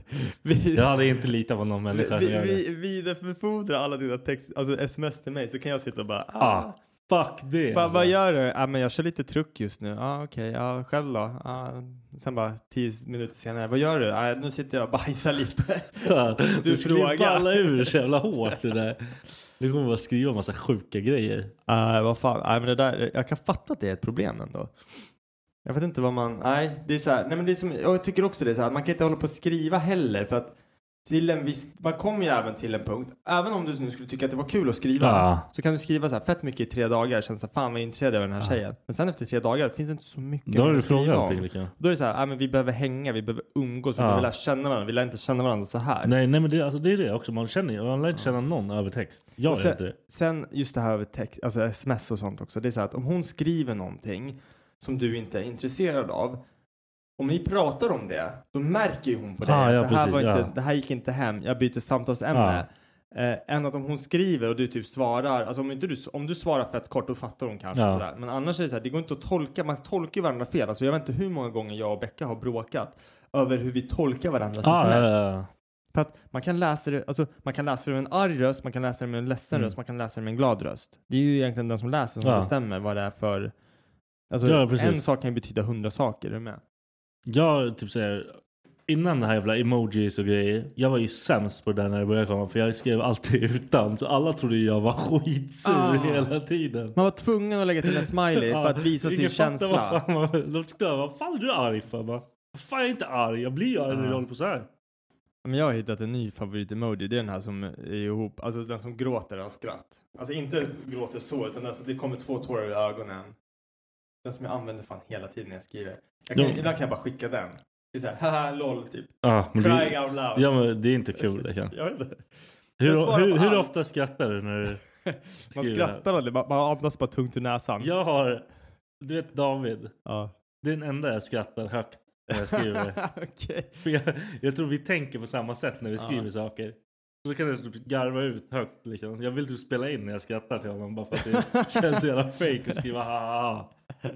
vi, Jag hade inte litat på någon människa. vi, att göra det. vi, vidarebefordrar alla dina text, alltså sms till mig, så kan jag sitta och bara ah, Ah, fuck det. Va, alltså. vad gör du? Ja, men jag kör lite truck just nu. Ja, ah, okej. Okay. Ja, själv då? Ah, sen bara tio minuter senare. Vad gör du? Ah, nu sitter jag och bajsar lite. Ja, du du skulle ju frågar. balla ur så jävla hårt det där. Du kommer bara skriva en massa sjuka grejer. Nej, uh, vad fan. Nej, men det där, jag kan fatta att det är ett problem ändå. Jag vet inte vad man. Nej, det är så här. Nej, men det är som, jag tycker också det är så här. Man kan inte hålla på att skriva heller, för att till en viss, man kommer ju även till en punkt. Även om du nu skulle tycka att det var kul att skriva, Ja. så kan du skriva så här fett mycket i tre dagar. Känns så här, fan vad intresserad av den här Ja. tjejen. Men sen efter tre dagar finns det inte så mycket. Då har att du skriva frågat om. allting liksom. Då är det så här, ah, men vi behöver hänga, vi behöver umgås, vi Ja. behöver lära känna varandra. Vi lär inte känna varandra så här. Nej, nej men det, alltså, det är det också. Man känner ju, man lär inte känna någon över text. Jag Och gör sen, inte det. sen just det här över text, alltså sms och sånt också. Det är så här att om hon skriver någonting som du inte är intresserad av, om ni pratar om det, då märker ju hon på det. Ah, ja, det, här precis, var inte, ja. det här gick inte hem, jag byter samtalsämne. Eh, än att om hon skriver och du typ svarar, alltså om, inte du, om du svarar fett kort, då fattar hon kanske Ja. sådär. Men annars är det så här, det går inte att tolka, man tolkar ju varandra fel. Alltså jag vet inte hur många gånger jag och Becka har bråkat över hur vi tolkar varandras Ah, sms. ja, ja. För att man kan läsa det, alltså man kan läsa det med en arg röst, man kan läsa det med en ledsen Mm. röst, man kan läsa det med en glad röst. Det är ju egentligen den som läser som Ja. bestämmer vad det är för. Alltså Ja, precis. en sak kan ju betyda hundra saker, är du med? Jag typ säger, innan det här jävla emojis och grejer, jag var ju sämst på det där när det började komma, för jag skrev alltid utan, så alla trodde jag var skitsur Ah. hela tiden. Man var tvungen att lägga till en smiley för att visa sin ingen fattar känsla. Vad fan man, de tyckte, vad fan är du arg för? Vad fan är jag inte arg? Jag blir arg när jag Ah. håller på så här. Men jag har hittat en ny favorit-emoji. Det är den här som är ihop, alltså den som gråter av skratt. Alltså inte gråter så, utan alltså det kommer två tårar i ögonen. Den som jag använder fan hela tiden när jag skriver. Jag kan, Ja. Ibland kan jag bara skicka den. Det är såhär, haha, lol, typ. Ja, men Crying det, out loud. ja, men det är inte kul det kan. Jag vet inte. Hur, Jag svarar hur, på hur allt. ofta skrattar du när du Man skriver? skrattar aldrig, man, man andas bara tungt ur näsan. Jag har, du vet David, Ja. det är den enda jag skrattar högt när jag skriver. Okej. För jag, jag tror vi tänker på samma sätt när vi skriver Ja. saker. Så då kan jag typ garva ut högt liksom. Jag vill typ spela in när jag skrattar till honom, bara för att det känns så jävla fake att skriva ha.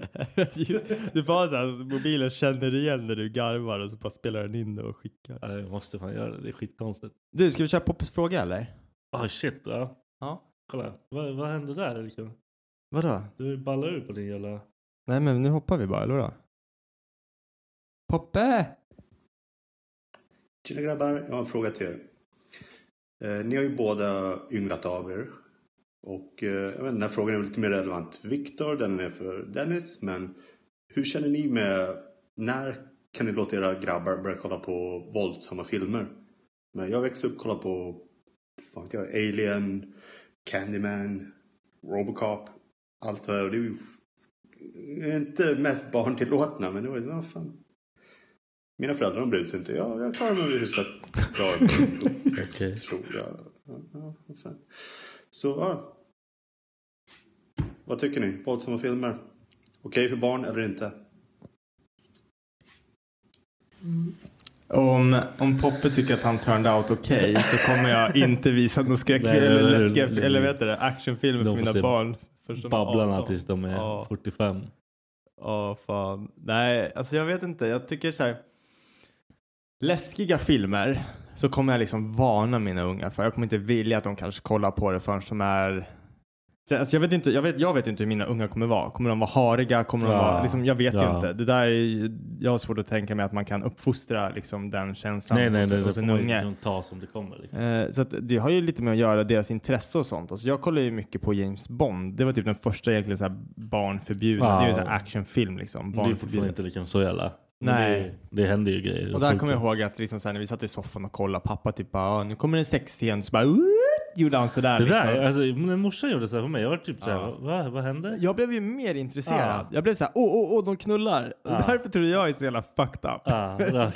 Du bara såhär, mobilen känner igen när du garvar och så bara spelar den in det och skickar. Ja, jag måste fan göra det, det är skitkonstigt. Du, ska vi köra Poppes fråga eller? Ah shit, ja. Ja. Kolla, vad, vad hände där liksom? Vadå? Du ballar ur på din jävla... Nej men nu hoppar vi bara, eller då? Poppe! Tjena grabbar, jag har en fråga till er. Eh, ni har ju båda ynglat av er. Och eh, jag vet, den här frågan är lite mer relevant för Viktor, den är för Dennis. Men hur känner ni med, när kan ni låta era grabbar börja kolla på våldsamma filmer? Men jag växte upp och kollade på fan, jag, Alien, Candyman, Robocop. allt det här. Och det är ju inte mest barntillåtna, men det var ju så, fan. Mina föräldrar de brydde sig inte. Ja, jag klarar mig hyfsat bra. Okej. Tror jag. Ja, ja, fan. Så, ja. Vad tycker ni? Våldsamma filmer? Okej för barn eller inte? Mm. Om, om Poppe tycker att han turned out okej okay, så kommer jag inte visa någon skräckfilm eller läskiga eller vet du, actionfilmer för mina barn. Babblarna tills de är ja. fyrtiofem. Ja, fan. Nej, alltså jag vet inte. Jag tycker så här, läskiga filmer så kommer jag liksom varna mina unga för. Jag kommer inte vilja att de kanske kollar på det förrän som är... Alltså jag vet inte, jag vet, jag vet inte hur mina unga kommer vara. Kommer de vara hariga? Kommer de ja. vara, liksom, jag vet ja. ju inte. Det där är, jag har svårt att tänka mig att man kan uppfostra liksom, den känslan. Nej, nej, nej, det hos får en man unge. liksom ta som det kommer. Liksom. Eh, så att det har ju lite med att göra deras intresse och sånt. Alltså jag kollar ju mycket på James Bond. Det var typ den första egentligen så här barnförbjuden. Ja. Det är ju så här actionfilm liksom. Det är fortfarande inte liksom så jävla. Nej. Det, det händer ju grejer. Och där kommer jag ihåg att liksom så här, när vi satt i soffan och kollade, pappa typ bara, nu kommer en sexscen, så bara gjorde han sådär. Det liksom. där, alltså när morsan gjorde så här för mig, jag var typ så här, ja. vad, vad hände? Jag blev ju mer intresserad. Ja. Jag blev så här, åh, åh, åh, de knullar. Ja. Därför tror jag är så jävla fucked up. Ja,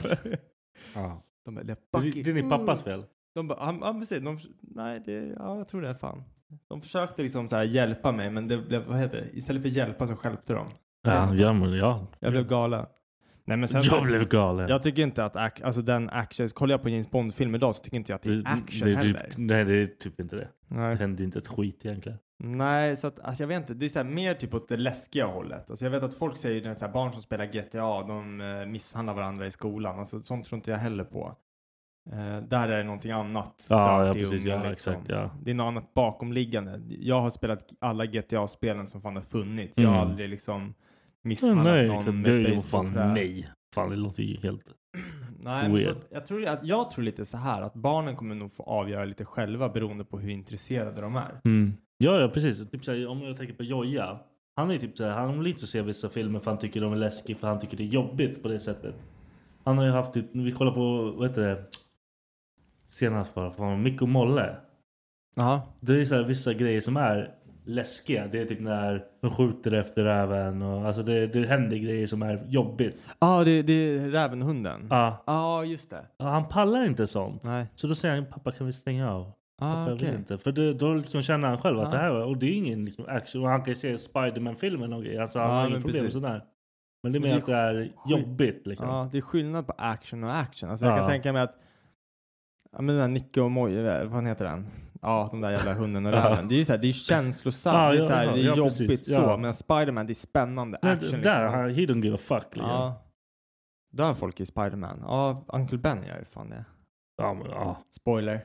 ja. De bara, det, det är din pappas fel. De bara, han, han, precis, de, nej, det, ja, jag tror det är fan. De försökte liksom så här hjälpa mig, men det blev, vad heter det? Istället för hjälpa så hjälpte de. Ja, ja, men ja. Jag blev galen. Nej, men sen, jag blev galen. Jag tycker inte att ac- alltså den action, kollar jag på James Bond-film idag så tycker inte jag att det är action det, det, heller. Nej, det är typ inte det. Nej. Det händer inte ett skit egentligen. Nej, så att, alltså jag vet inte, det är så här mer typ åt det läskiga hållet. Alltså jag vet att folk säger att barn som spelar G T A, de uh, misshandlar varandra i skolan. Alltså sånt tror inte jag heller på. Uh, där är det någonting annat. Ja, ja precis. Unga, Ja, liksom. exakt, ja. Det är något annat bakomliggande. Jag har spelat alla G T A-spelen som fan har funnits. Mm. Jag har aldrig liksom misshandlat nej, någon det med är ju fan basebollträ. Nej. Fan, det låter ju helt nej, men så att, jag, tror att, jag tror lite så här att barnen kommer nog få avgöra lite själva beroende på hur intresserade de är. Mm. Ja, ja, precis. Typ så här, om jag tänker på Joja. Han är typ så här, han vill inte se vissa filmer för han tycker de är läskiga, för han tycker det är jobbigt på det sättet. Han har ju haft typ, vi kollar på, vad heter det? Senast för, för Mikko Molle. Jaha. Det är så här vissa grejer som är läskiga. Det är typ när de skjuter efter räven och alltså det, det händer grejer som är jobbigt. Ja, ah, det, det är rävenhunden. Ja. Ja, ah, just det. Ja, han pallar inte sånt. Nej. Så då säger han, pappa kan vi stänga av? Ah, pappa, okay. jag vet inte. För det, då liksom känner han själv att ah. det här var, och det är ingen liksom action. Och han kan ju se Spider-Man-filmen och grejer. Alltså han ah, har inget problem med sådär. Men det är mer att det är jobbigt liksom. Ja, det är skillnad på action och action. Alltså jag ah. kan tänka mig att ja, men den där Nicky och Moje, vad heter den? Ja, de där jävla hunden och räven. Det är ju så här, det är känslosamt. Ah, det är, ja, så här, ja, det är ja, jobbigt precis, så. ja. Men Spider-Man, det är spännande action. Men, liksom. där, han, he don't give a fuck. Liksom. Ja. Där folk i Spider-Man. Ja, Uncle Ben gör ju fan det. Ja, men ja. Spoiler.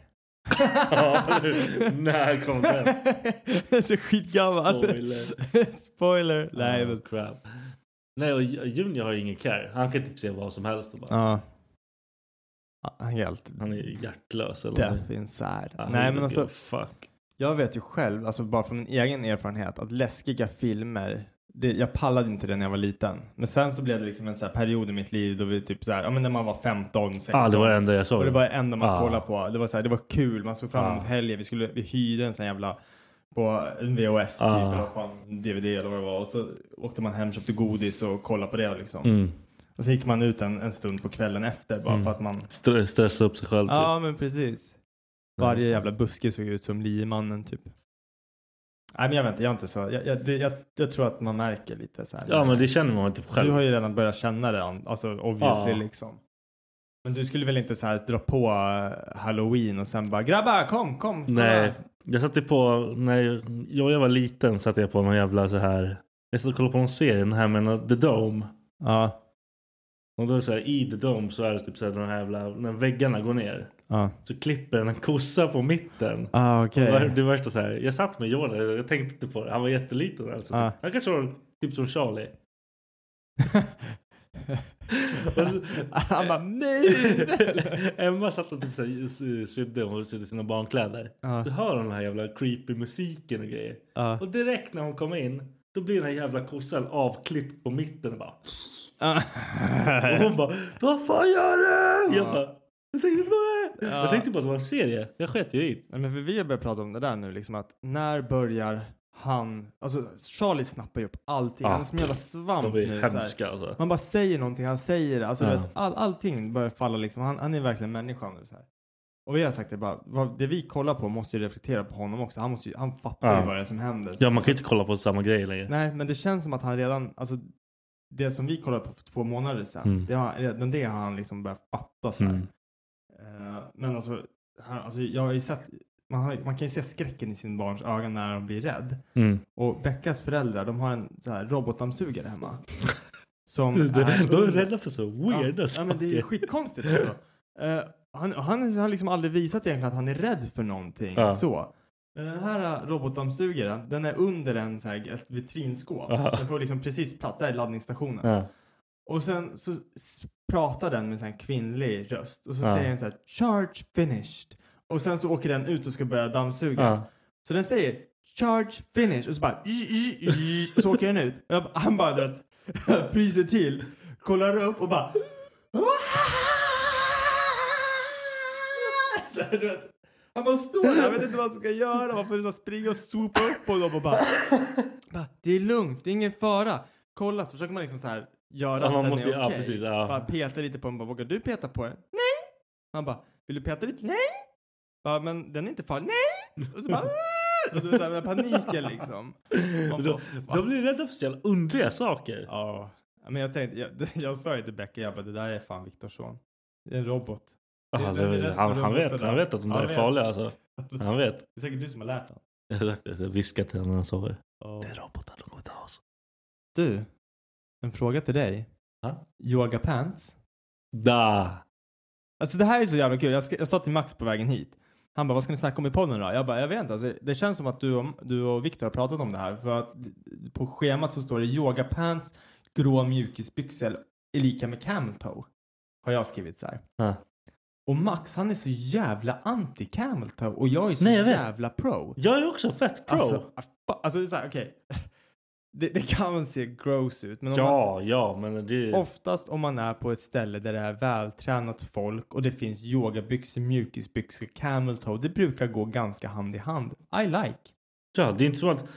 Ja, när kom den? Det är så skitgammal. Spoiler. Spoiler. Nej, oh, men crap. Nej, och Junior har ju ingen care. Han kan typ se vad som helst. Och bara. Ja. Ja, helt. Han är hjärtlös. Eller Death inside. Ja, nej, men alltså. Fuck. Jag vet ju själv, alltså bara från min egen erfarenhet, att läskiga filmer, det, jag pallade inte det när jag var liten. Men sen så blev det liksom en så här period i mitt liv då vi typ så här, ja men när man var femton, sexton. Ja, ah, det var det enda jag såg. Och det var det enda man ah. kollade på. Det var så här, det var kul, man såg fram emot ah. helgen. Vi skulle, vi hyrde en sån jävla, på en V H S typ, ah. eller vad fan, D V D eller vad det var. Och så åkte man hem, köpte godis och kollade på det liksom. Mm. Och så gick man ut en, en stund på kvällen efter bara mm. för att man... St- stressa upp sig själv typ. Ja, men precis. Varje jävla buske såg ut som liemannen typ. Nej, men jag vet inte, jag är inte så. Jag, jag, det, jag, jag tror att man märker lite så här. Ja, men det känner man inte själv. Du har ju redan börjat känna det, alltså obviously ja. liksom. Men du skulle väl inte så här dra på Halloween och sen bara, grabbar, kom, kom. kom Nej, här. jag satte på, när jag, jag var liten satte jag på någon jävla så här, jag satt och kollade på någon serie, den här med The Dome. Ja. Och då är det så här, i The Dome så är det typ så här, den här jävla, när väggarna går ner. Ja. Så klipper den en kossa på mitten. Ah, okej. Okay. Det var så här, jag satt med Jordan, jag tänkte inte på det. Han var jätteliten alltså. Ah. Typ. Han kanske var typ som Charlie. Han bara, nej! Emma satt och typ så här, sydde och sydde sina barnkläder. Ah. Så hör hon den här jävla creepy musiken och grejer. Ah. Och direkt när hon kommer in, då blir den här jävla kossan avklippt på mitten och bara... Ah. Och hon bara, vad fan gör du? Ah. Jag bara, jag tänkte på det. Ja. Jag tänkte på att det var en serie. Jag sket ju i. Men för vi har börjat prata om det där nu liksom, att när börjar han, alltså Charlie snappar ju upp allting. Ja. Han är som en jävla svamp De är nu. hemska, alltså. Man bara säger någonting, han säger det. Alltså, Ja. vet, all, allting börjar falla liksom. Han, han är verkligen människan nu så här. Och vi har sagt det bara, vad, det vi kollar på måste ju reflektera på honom också. Han, måste ju, han fattar Ja. ju vad det är som händer. Ja, man kan ju inte kolla på samma grej längre. Nej, men det känns som att han redan, alltså det som vi kollade på för två månader sedan, Mm. det har, redan det har han liksom börjat fatta så här. Mm. Eh, men alltså, han, alltså, jag har ju sett, man, har, man kan ju se skräcken i sin barns ögon när de blir rädd. Mm. Och Beckas föräldrar, de har en så här robotdammsugare hemma. Som De är under- rädda för så weirda ja, saker. ja, men det är skitkonstigt alltså. Eh, han, han har liksom aldrig visat egentligen att han är rädd för någonting. Ja. Så. Men den här robotdammsugaren, den är under en så här, ett vitrinskåp. Ja. Den får liksom precis plats, där är laddningsstationen. Ja. Och sen så s- pratar den med en kvinnlig röst. Och så Ja. säger den så här, charge finished. Och sen så åker den ut och ska börja dammsuga. Ja. Så den säger, charge finished. Och så bara, och så åker den ut. Jag, han bara, du vet, fryser till. Kollar upp och bara, så här, du vet. Han bara står där, jag vet inte vad han ska göra. Man får så springa och sopa upp på dem och bara, bara, det är lugnt, det är ingen fara. Kolla, så försöker man liksom så här göra Ja, att man den måste är ju- okej. ja, precis, ja. Bara peta lite på den, bara, vågar du peta på den? Nej! Han bara, vill du peta lite? Nej! Ja, men den är inte farlig. Nej! Och så bara, och du vet, med paniken liksom. Man De, bara, de blir rädda för så jävla underliga saker. ja, men jag tänkte, jag, jag sa ju till Becka, jag bara, det där är fan Viktors son. Det är en robot. Aha, Det är- det, det är rätt han, för han, vet, robotarna. han vet att de där Han är vet. farliga alltså. Han vet. Det är säkert du som har lärt honom. Jag har sagt det, jag viskar till honom när han sover. Ja. Det är robotar, de kommer ta oss. Du, en fråga till dig. Ha? Yoga pants? Da! Alltså det här är så jävla kul. Jag, ska, jag sa till Max på vägen hit. Han bara, vad ska ni snacka om i podden då? Jag bara, jag vet inte. Alltså, det känns som att du och, du och Victor har pratat om det här. För att på schemat så står det yoga pants, grå mjukisbyxor är lika med camel toe. Har jag skrivit så här. Ja. Och Max, han är så jävla anti camel toe. Och jag är så Nej, jag vet. jävla pro. Jag är också fett pro. Alltså, alltså det är så här, okej. Det, det kan man se gross ut. Men om ja, man, ja, men det... oftast om man är på ett ställe där det är vältränat folk och det finns yogabyxor, mjukisbyxor, camel toe, det brukar gå ganska hand i hand. I like. Ja, det är inte så att...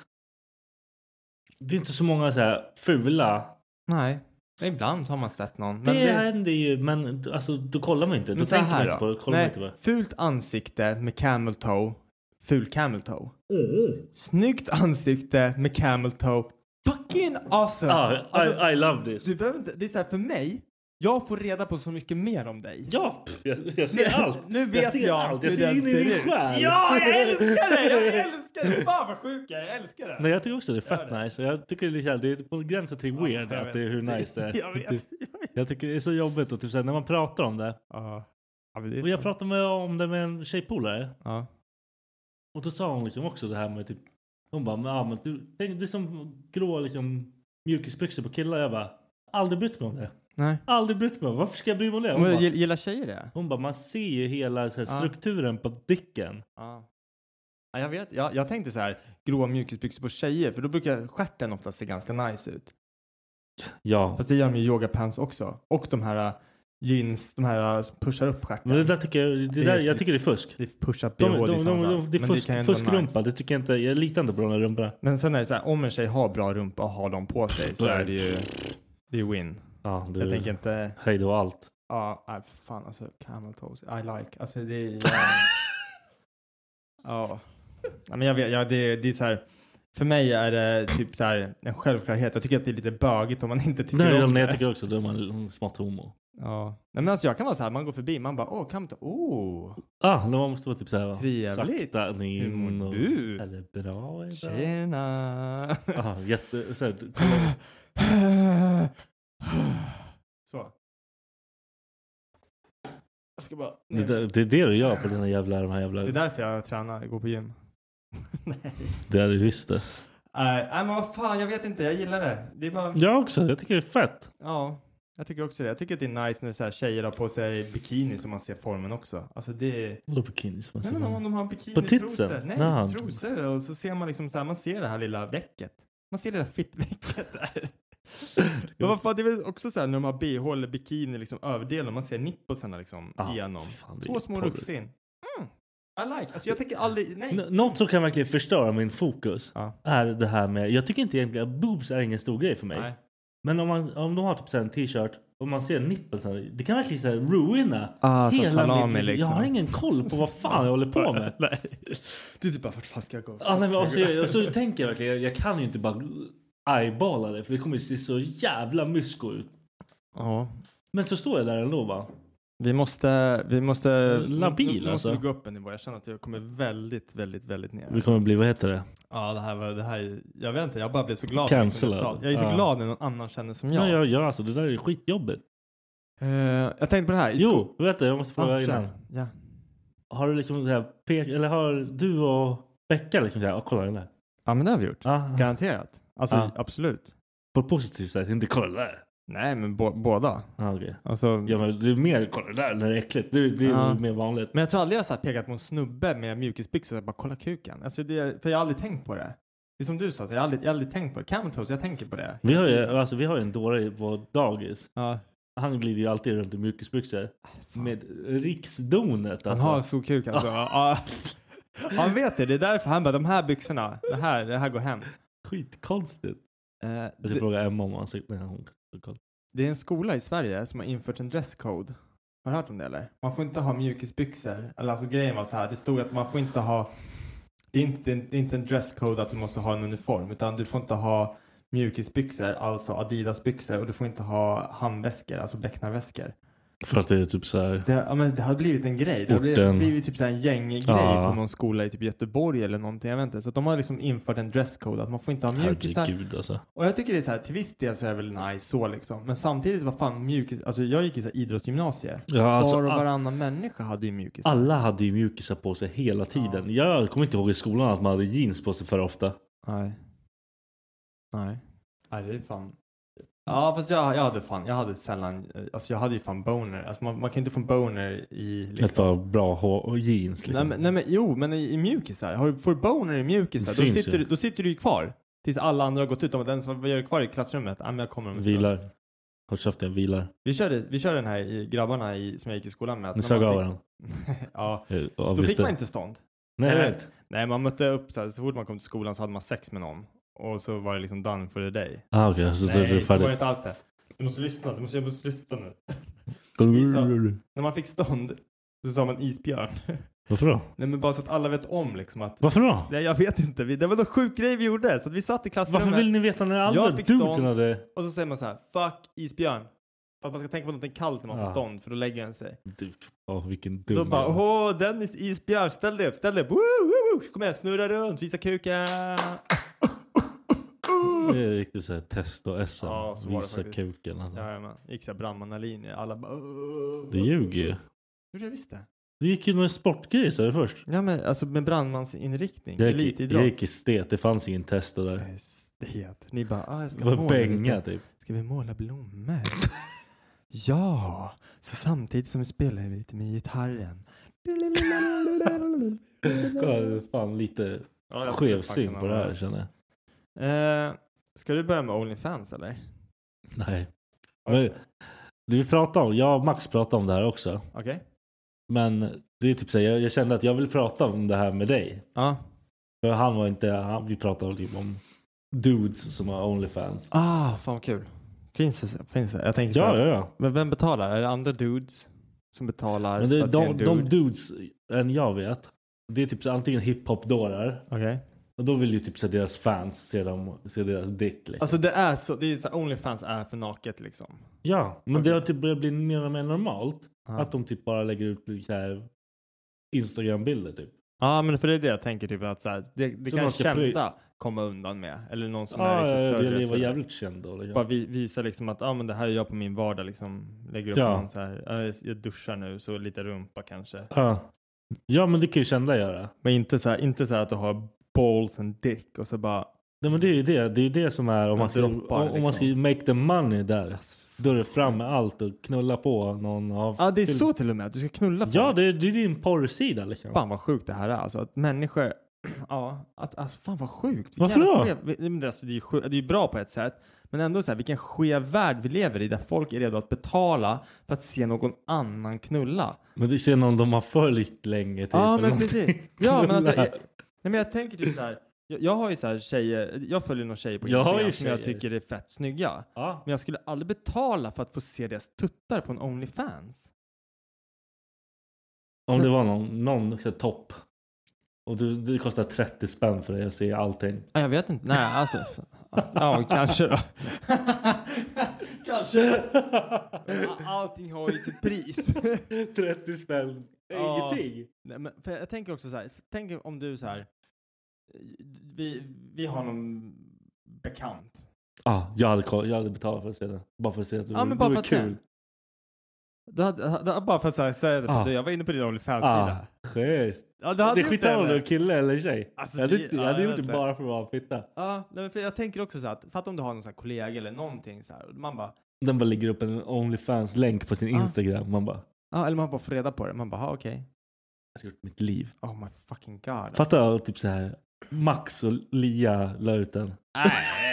Det är inte så många så här fula... Nej. Ibland har man sett någon. Det, Men det händer ju, men alltså, då kollar man inte. Då men så tänker man här inte på det. då. Kollar man Nej, inte på det. fult ansikte med camel toe, ful camel toe. Mm. Snyggt ansikte med camel toe. Fucking awesome. Ah, I, Alltså, I love this. du behöver inte, det är så här för mig. Jag får reda på så mycket mer om dig. Ja, pff, jag, jag ser Nu- allt. Nu vet jag ser jag allt. Jag hur ser den in i ser din ut. själ. Ja, jag älskar det! Jag älskar det! Fan vad sjuk jag är. Jag älskar det. Nej, jag tycker också det är Gör fett det. nice. Jag tycker det är, det är på gränsen till weird jag att vet. det är hur nice det är. Jag vet. Jag tycker det är så jobbigt och typ så här, när man pratar om det. Ja. Ja, men det är Och jag fan- pratade med, om det med en tjejpolare. Ja. Och då sa hon liksom också det här med typ. Hon bara, men, ja, men du, tänk, det är som grå liksom mjukisbyxor på killar. Jag bara, aldrig brytt mig om det. Nej. Aldrig brytt mig om det. Varför ska jag bry mig om det? Hon Men bara, gill- gillar tjejer det? hon bara, man ser ju hela så här, Ja. strukturen på dicken. Ja. Ja, jag vet. Jag, jag tänkte så här, grå mjukisbyxor på tjejer. För då brukar stjärten ofta se ganska nice ut. Ja. Fast det gör de ju yogapants också. Och de här uh, jeans, de här uh, som pushar upp stjärten. Men det där tycker jag, det Det är där, fy- jag tycker det är fusk. Det är push-up De, B H, de, det är de, samma de, sak. det är Men fusk, kan ju ändå vara fuskrumpa. nice. Det tycker jag inte. Jag litar inte på den här rumpan. Men sen är det så här, om en tjej har bra rumpa och har dem på sig så Nej. är det ju, det är ju win. Ja, du, Jag tänker inte, hej då allt. ja, nej, fan alltså, camel toes, I like, alltså det är, ja, ja, men jag vet, ja, det, det är så här, för mig är det typ så här en självklarhet. Jag tycker att det är lite bögigt om man inte tycker Nej, om jag, det. jag tycker också att då är man smått homo. Ja, nej, men alltså jag kan vara så här, man går förbi, man bara, åh, camel toe, åh, Ah, då måste vara typ så här. Trevligt. Sakta Hur in mår och, du? eller bra idag. tjena. Ah, jätte, så här, Så. Jag ska bara, det, där- det är det du gör på den här jävla, de här jävla. det är därför jag tränar, jag går på gym. Nej. Det är det visst det. Nej, men vad fan, jag vet inte, jag gillar det. Det är bara, Jag också, jag tycker det är fett. ja, jag tycker också det. Jag tycker att det är nice när så här tjejer har på sig bikini som man ser formen också. Alltså det är... Vadå bikini som man Nej, ser? men om de har bikini På titsen? trosor. Nej, Jaha. trosor. Och så ser man liksom så här, man ser det här lilla väcket. Man ser det där fittväcket där. Men vad fan, det är väl också så här när de har B H eller bikini liksom överdelen. Man ser nipposarna liksom Ah, igenom. fan, det är Två små porr. russin. Mm. I like. Alltså jag tänker aldrig, nej. N- något som kan verkligen förstöra min fokus ja. är det här med, jag tycker inte egentligen att boobs är ingen stor grej för mig. Nej. Men om, man, om de har typ så här en t-shirt och man ser nippeln, det kan verkligen så här ruina ah, hela salami, mitt liv. liksom. Jag har ingen koll på vad fan jag håller på med. Nej. Du typ bara, vart fan ska jag gå? Ah, nej, men, alltså, jag, så tänker jag verkligen, jag, jag kan ju inte bara eyeballa det, för det kommer se så jävla mysko ut. Ja. Men så står jag där ändå, va? Vi måste, vi måste, labil, nu, nu måste alltså. vi gå upp en nivå. Jag känner att jag kommer väldigt, väldigt, väldigt ner. Vi kommer bli, vad heter det? Ja, det här var, det här, jag vet inte, jag bara blev så glad. Cancellad. Jag är så ja. glad när någon annan känner som jag. Ja, ja, ja alltså det där är skitjobbigt. Uh, jag tänkte på det här. I jo, vet du, jag måste fråga ah, innan. Ja. Har du liksom det här, pek, eller har du och Becka liksom det här, och kolla den där? Ja, men det har vi gjort. Ah. Garanterat. Alltså, ah. absolut. På positivt sätt, inte kolla det där. Nej, men bo- båda. Ah, okay. Alltså, ja, men det är mer kolla det där när det är äckligt. Det, det är ja. mer vanligt. Men jag tror aldrig jag har pekat på en snubbe med mjukisbyxor och bara kolla kuken. Alltså, det, för jag har aldrig tänkt på det. Det är som du sa, så jag har aldrig, jag har aldrig tänkt på det. Camel toes, jag tänker på det. Vi har ju, alltså, vi har ju en dåre på dagis. Ja. Han glider ju alltid runt i mjukisbyxor. Med riksdonet. Alltså. Han har så kuk alltså. Ja. Han vet det, det är därför han bara, de här byxorna, det här, det här går hem. Skitkonstigt. Uh, jag ska det, fråga Emma om han sagt nej, hon kan. Det är en skola i Sverige som har infört en dresscode. Har du hört om det eller? Man får inte ha mjukisbyxor. Eller alltså grejen var så här, det stod att man får inte ha, det är inte, det är inte en dresscode att du måste ha en uniform, utan du får inte ha mjukisbyxor, alltså Adidas-byxor, och du får inte ha handväskor, alltså becknarväskor. För att det är typ så här. Det, ja, men det har blivit en grej. Det har blivit, blivit typ så här en gänggrej ja. på någon skola i typ Göteborg eller någonting, jag vet inte. Så de har liksom infört en dresscode att man får inte ha mjukisar. Herregud alltså. Och jag tycker det är så här, till viss del så är det väl nice så liksom. Men samtidigt vad fan mjukis, alltså jag gick i så här idrottsgymnasie. Ja, alltså, Var och varannan människa hade ju mjukisar. Alla hade ju mjukisar på sig hela tiden. Ja. Jag kommer inte ihåg i skolan att man hade jeans på sig för ofta. Nej. Nej. Nej, det är fan. Ja, fast jag, jag hade fan, jag hade sällan, alltså jag hade ju fan boner. Alltså man, man kan inte få en boner i liksom. Ett par bra hår, jeans liksom. Nej, men, nej men jo, men i, i mjukisar. Har du, får du boner i mjukisar, då sitter, du, då sitter du ju kvar. Tills alla andra har gått ut. Och den som gör kvar i klassrummet, ja men jag kommer om en stund. Vilar. Håll käften, jag vilar. Vi körde, vi körde den här i grabbarna i, som jag gick i skolan med. Ni sög av den. Ja, så då fick man inte stånd. Nej, jag vet. Nej, man mötte upp så här, så fort man kom till skolan så hade man sex med någon. Och så var det liksom done for the day. Ah, okej. Okay. Så, Nej, det är så var det inte alls det. Du måste lyssna, du måste, jag måste lyssna nu. Så, när man fick stånd så sa man isbjörn. Varför då? Nej, men bara så att alla vet om liksom att... Varför då? Nej, jag vet inte. Det var någon sjuk grej vi gjorde. Så att vi satt i klassrummet. Varför vill ni veta när andra dudesen hade... Och så säger man så här, fuck isbjörn. För att man ska tänka på något kallt när man ja. får stånd. För då lägger den sig. Du, oh, vilken dum. Då bara, åh Dennis isbjörn, ställ dig upp, ställ dig upp. Woo, woo, woo. Kom igen, snurra runt, visa kuken. Det är riktigt så här test och S M. Ja, visa kuken alltså. Ja, man gick så här brandmannalinje. Alla bara... Åh. Det ljuger ju. Hur är det visst det? Du gick ju någon sportgrej så först. Ja, men alltså med brandmansinriktning. Jag gick, jag gick i stet. Det fanns ingen test där. Stet. Ni bara, ah, jag ska det var måla bänga lite. Typ. Ska vi måla blommor? Ja. Så samtidigt som vi spelar lite med gitarren. Kolla, fan lite ja, skevsyn på det här känner jag. Eh, ska du börja med OnlyFans eller? Nej. Men, det vi pratar om, jag och Max pratade om det här också. Okej. Okay. Men det är typ så här, jag, jag kände att jag vill prata om det här med dig. Ja. För han var inte, han, vi pratade typ om dudes som har OnlyFans. Ah, fan vad kul. Finns det? Finns det? Jag tänker så ja, att, ja, ja. Men vem betalar? Är det andra dudes som betalar? Men det, för att de, se en dude? de dudes än jag vet, det är typ så antingen hiphop-dårar. Okej. Okay. Och då vill ju typ så deras fans se, dem, se deras dick liksom. Alltså det är så, det är så OnlyFans är för naket liksom. Ja, men okay. Det har typ börjat bli mer och mer normalt. Ah. Att de typ bara lägger ut lite så här Instagram-bilder typ. Ja, men för det är det jag tänker typ att så här, det, det så kan kända pry- komma undan med. Eller någon som ah, är lite större. Ja, det var så jävligt känd då. Liksom. Bara vi, visa liksom att ah, men det här är jag på min vardag liksom. Lägger upp ja. någon så här, jag duschar nu så lite rumpa kanske. Ja, ja men det kan ju kända göra. Men inte så här, inte så här att du har balls and dick och så bara... Nej, men det är ju det. Det är det som är om man, ska, droppar, om, liksom. om man ska make the money där. Då är det fram med allt och knulla på någon av... Ja, det är så till och med. Du ska knulla på. Ja, det är, det är din porrsida liksom. Fan vad sjukt det här är. Alltså att människor... Ja, att, alltså fan vad sjukt. Varför då? Det, alltså, det är ju det är bra på ett sätt. Men ändå så här, vilken skev värld vi lever i där folk är redo att betala för att se någon annan knulla. Men det ser någon de har följt länge typ. Ja, men precis. Ja, men alltså, jag, nej, men jag tänker typ så här. Jag, jag har ju så här tjejer, jag följer några tjejer på Instagram som jag tycker är fett snygga. Ja. Men jag skulle aldrig betala för att få se deras tuttar på en OnlyFans. Om det var någon, någon topp. Och det, det kostar trettio spänn för dig att se allting. Ja, jag vet inte. Nej, alltså. Ja, kanske då. Kanske. Allting har ju sitt pris. trettio spänn. Ja. Ingenting. Nej, men för jag tänker också så här. Tänk om du så här. Vi, vi har någon bekant. Ja, ah, jag, hade, jag hade betalat för att se det. Bara för att se att det ja, var, men bara det för var att kul. Du hade, du, bara för att här, säga det. Ah. Jag var inne på din OnlyFans-sida. Ah, schysst. Ja, det är skitsamma om du är kille eller tjej. Alltså, jag hade, det, jag hade ja, gjort det bara för att vara fitta. Ja, nej, för jag tänker också så här. För att om du har någon så här kollega eller någonting så här. Man bara... Den bara lägger upp en OnlyFans-länk på sin ah. Instagram. Man bara... Ja, eller man bara får reda på det. Man bara, okej. Okay. Jag har gjort mitt liv. Oh my fucking god. Alltså. Fattar jag typ så här. Max och Lia la ut den. Nej.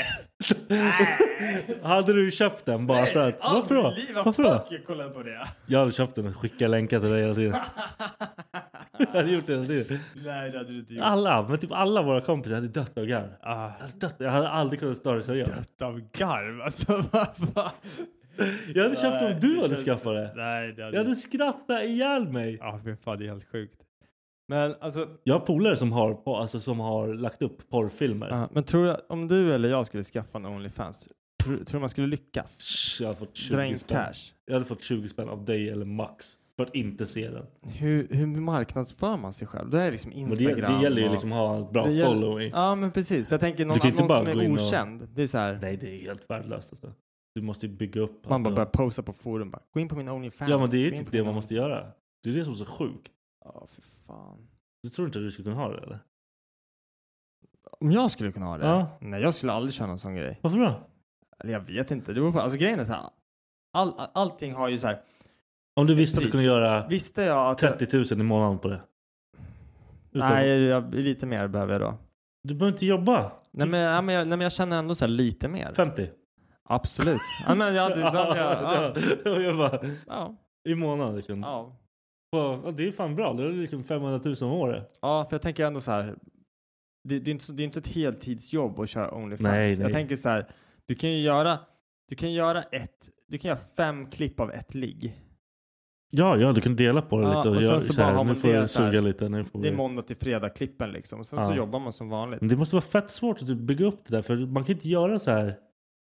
Hade du köpt den bara Nej, för att... Varför då? Varför då? Ska jag kolla på det? Jag hade köpt den och skickat länkar till dig hela tiden. Jag hade gjort det hela tiden. Nej, det hade du inte gjort. Alla, men typ alla våra kompisar hade dött av garv. Ah. Jag, hade dött, jag hade aldrig kunnat stå det seriöst. Dött av garv? Alltså, vad Jag hade köpt om du hade skaffat det. Nej, det hade... Jag hade skrattat ihjäl mig. Ja, för fan, det är helt sjukt. Men alltså... Jag har polare som har, på, alltså, som har lagt upp porrfilmer. Uh, men tror du, om du eller jag skulle skaffa en OnlyFans, tror, tror du man skulle lyckas? Jag hade fått tjugo spänn. Cash. Jag hade fått tjugo spänn av dig eller Max för att inte se den. Hur, hur marknadsför man sig själv? Då är det liksom Instagram. Men det, det gäller ju liksom att ha en bra gäller, following. Ja, men precis. För jag tänker någon, någon som är okänd. Och, det är så här... Nej, det är helt värdelöst alltså. Du måste ju bygga upp. Man bara börjar posta på forum. Bara, gå in på min OnlyFans. Ja, men det är ju typ det man måste göra. Det är det som är så sjukt. Ja, för fan. Du tror inte att du skulle kunna ha det, eller? Om jag skulle kunna ha det? Ja. Nej, jag skulle aldrig köra någon sån grej. Varför då? Eller jag vet inte. Det beror på, alltså grejen är så här. All, all, allting har ju så här. Om du visste att du kunde göra visste jag att trettio tusen i månaden på det. Utan... Nej, jag, lite mer behöver jag då. Du behöver inte jobba. Nej, men, ja, men, jag, nej, men jag känner ändå så här lite mer. femtio Absolut. Ja, men jag, det, jag, ja. jag, jag bara, ja. I månaden liksom. Ja. Ja, det är fan bra. Det är liksom femhundratusen om året. Ja, för jag tänker ändå så här. Det, det, är inte, det är inte ett heltidsjobb att köra OnlyFans. Nej, nej. Jag tänker så här. Du kan ju göra, du kan göra ett, du kan göra fem klipp av ett ligg. Ja, ja, du kan dela på det ja, lite. Och, och gör, sen så, så bara här, har man nu får det du suga lite. Nu får det är vi... måndag till fredag klippen liksom. Och sen ja. så jobbar man som vanligt. Men det måste vara fett svårt att bygga upp det där. För man kan inte göra så här.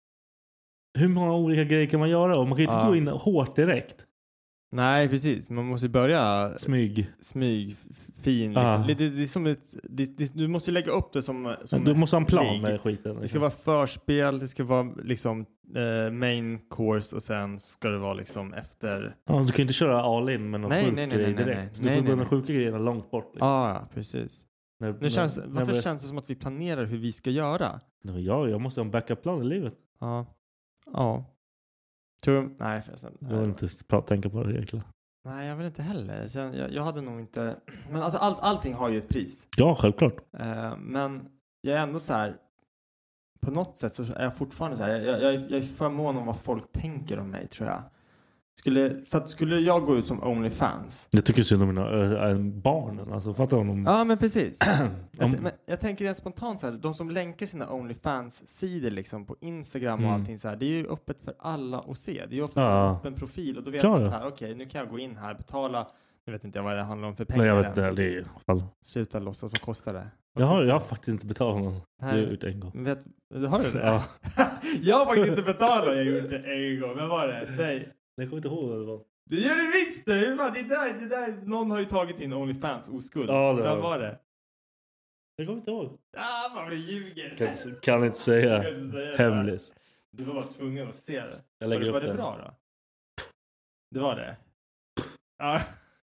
Hur många olika grejer kan man göra? Och man kan inte ja. gå in hårt direkt. Nej, precis. Man måste börja smyg, smyg fin. Liksom. Ah. Det, det, det är som ett, det, det, du måste lägga upp det som, som du måste ha en plan lig. Med skiten. Liksom. Det ska vara förspel, det ska vara liksom eh, main course och sen ska det vara liksom efter. Ja, du kan inte köra all in med någon nej, sjuk nej, nej, grej nej, direkt. nej, Så du får gå de sjuka grejerna långt bort. Liksom. Ah, ja, precis. När, nu känns, när, varför när känns det som att vi planerar hur vi ska göra? Ja, jag måste ha en backup-plan i livet. Ja. Ja. Tror, nej förresten. Jag vill inte prata, tänka på det egentligen. Nej, jag vill inte heller. Jag, jag, jag hade nog inte... Men alltså all, allting har ju ett pris. Ja, självklart. Uh, men jag är ändå så här... På något sätt så är jag fortfarande så här... Jag, jag, jag är för mån om vad folk tänker om mig, tror jag. Skulle, för att skulle jag gå ut som OnlyFans... Jag tycker synd om mina äh, barnen. Alltså, fattar du om... Ja, men precis. om... jag, men jag tänker rent spontant så här... De som länkar sina OnlyFans-sidor liksom på Instagram och mm. allting så här... Det är ju öppet för alla att se. Det är ju ofta ja. en öppen profil. Och då vet man så här... Okej, okay, nu kan jag gå in här, betala... Nu vet inte jag vad det handlar om för pengar. Nej, jag vet inte. Det är i alla fall... Sluta låtsas, vad kostar det? Vad jag, har, jag har faktiskt inte betalat någon. Nej. Det har jag gjort en gång. Vet, har du det? Ja. Jag har faktiskt inte betalat. Jag har gjort det en gång. Men vad var det? Säg. Jag kommer inte ihåg vad det var. Det gör det visst! Det där, det där, någon har ju tagit in OnlyFans oskuld. Ja, det var. Vad var det? Jag kommer inte ihåg. Ah, vad du ljuger. Kan, kan inte säga. Kan inte säga hemlis. Du var bara tvungen att se det. Jag lägger var upp det, var det bra då? Det var det? Ja.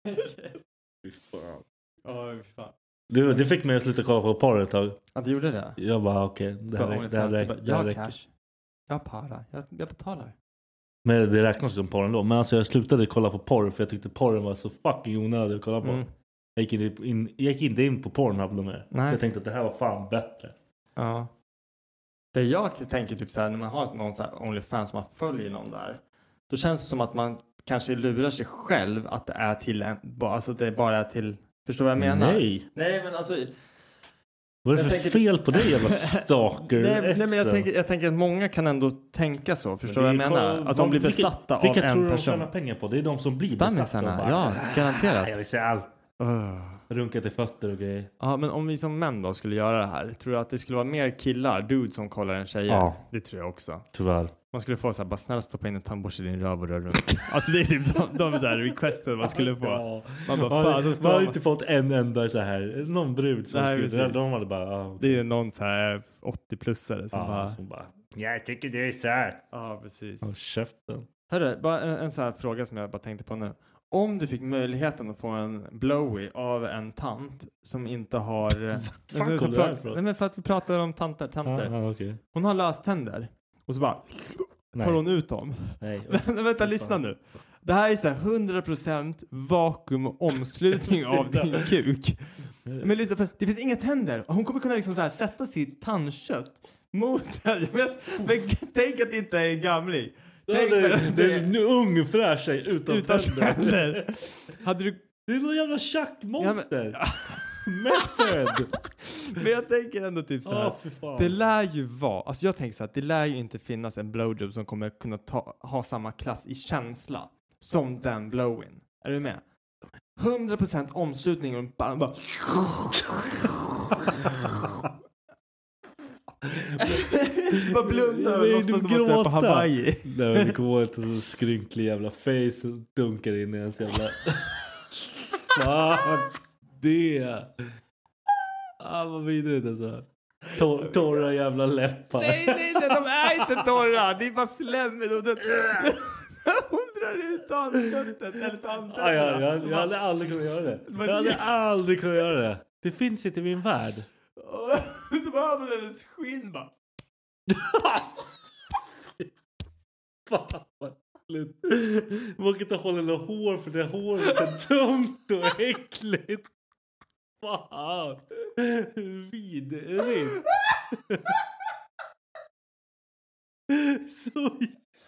Fy fan. Ja, fy fan. Du, det fick mig att sluta kolla på porr ett tag. Ja, du gjorde det? Jag bara, okej. Okay, det här, det här, det här, det här jag har räcker. cash. Jag har para. Jag, jag betalar. Men det räknas som porr ändå. Men alltså jag slutade kolla på porr för jag tyckte porren var så fucking onödig att kolla på. Mm. Jag, gick in, in, jag gick inte in på Pornhub mer. Jag tänkte att det här var fan bättre. Ja. Det jag tänker typ så här, när man har någon så här OnlyFans som man följer någon där. Då känns det som att man kanske lurar sig själv att det är till en, alltså det bara är till, förstår vad jag menar? Nej. Nej men alltså. Vad är det för tänker, fel på det jävla stalker? nej, nej men jag tänker, jag tänker att många kan ändå tänka så, förstår vad jag menar? Att vad, de blir besatta vilka, av vilka en tror de person. tjänar pengar på? Det är de som blir besatta. Bara, ja, garanterat. Jag vill säga allt. Uh. Runka till fötter och grejer. Ja, men om vi som män då skulle göra det här, tror du att det skulle vara mer killar, dudes som kollar en tjej? Ja. Det tror jag också. Tyvärr. Man skulle få så här, bara snälla stoppa in en tandborste i din röv och röra runt. Alltså det är typ så, de där requesten man skulle få. Ja. Man bara, fan, så man har inte fått en enda så här, någon brud som nej, skulle, de hade bara, ah, det är någon så här åttio-plussare som, ah, bara, som bara, jag tycker det är söt. Ja, precis. Åh, käften. Hörru, bara en, en så här fråga som jag bara tänkte på nu. Om du fick möjligheten att få en blowy av en tant som inte har... Vad fan kom du därifrån? Nej, men för att vi pratar om tanter. tanter. Ah, ah, okay. Hon har löständer. Och så bara nej. tar hon ut dem. Nej. Vänta, lyssna nu. Det här är så här hundra procent vakuum och omslutning av din kuk. Men lyssna, för det finns inga tänder. Hon kommer kunna liksom så här sätta sitt tandkött mot det. Jag vet, men tänk att det inte är gamling. Ja, det, det, det är en ung fräsch tjej utan, utan tänder. tänder. Hade du... Det är någon jävla tjackmonster. Ja, men... Method. Men jag tänker ändå typ så här. Oh, det lär ju vara, alltså jag tänker så här, det lär ju inte finnas en blowjob som kommer kunna ta, ha samma klass i känsla som den blowin. Är du med? hundra procent omslutning och bara, bara... bara blunda och låtsas som att det är på Hawaii. Nej, det kommer inte så skrynklig jävla face och dunkar in i ens jävla... Fan, det... Ah, vad vidrigt alltså. Tor- torra jävla läppar. Nej, nej, nej, de är inte torra. Det är bara slem. Hon drar ut tandköttet eller tandköttet. Ah, ja, jag, jag hade aldrig kunnat göra det. Jag hade aldrig kunnat göra det. Det finns inte i min värld. Så bara med hennes skinn bara. Fan vad äckligt. Man kan inte hålla några hår för det håret är så tungt och äckligt. Fan. Vidrigt. Så...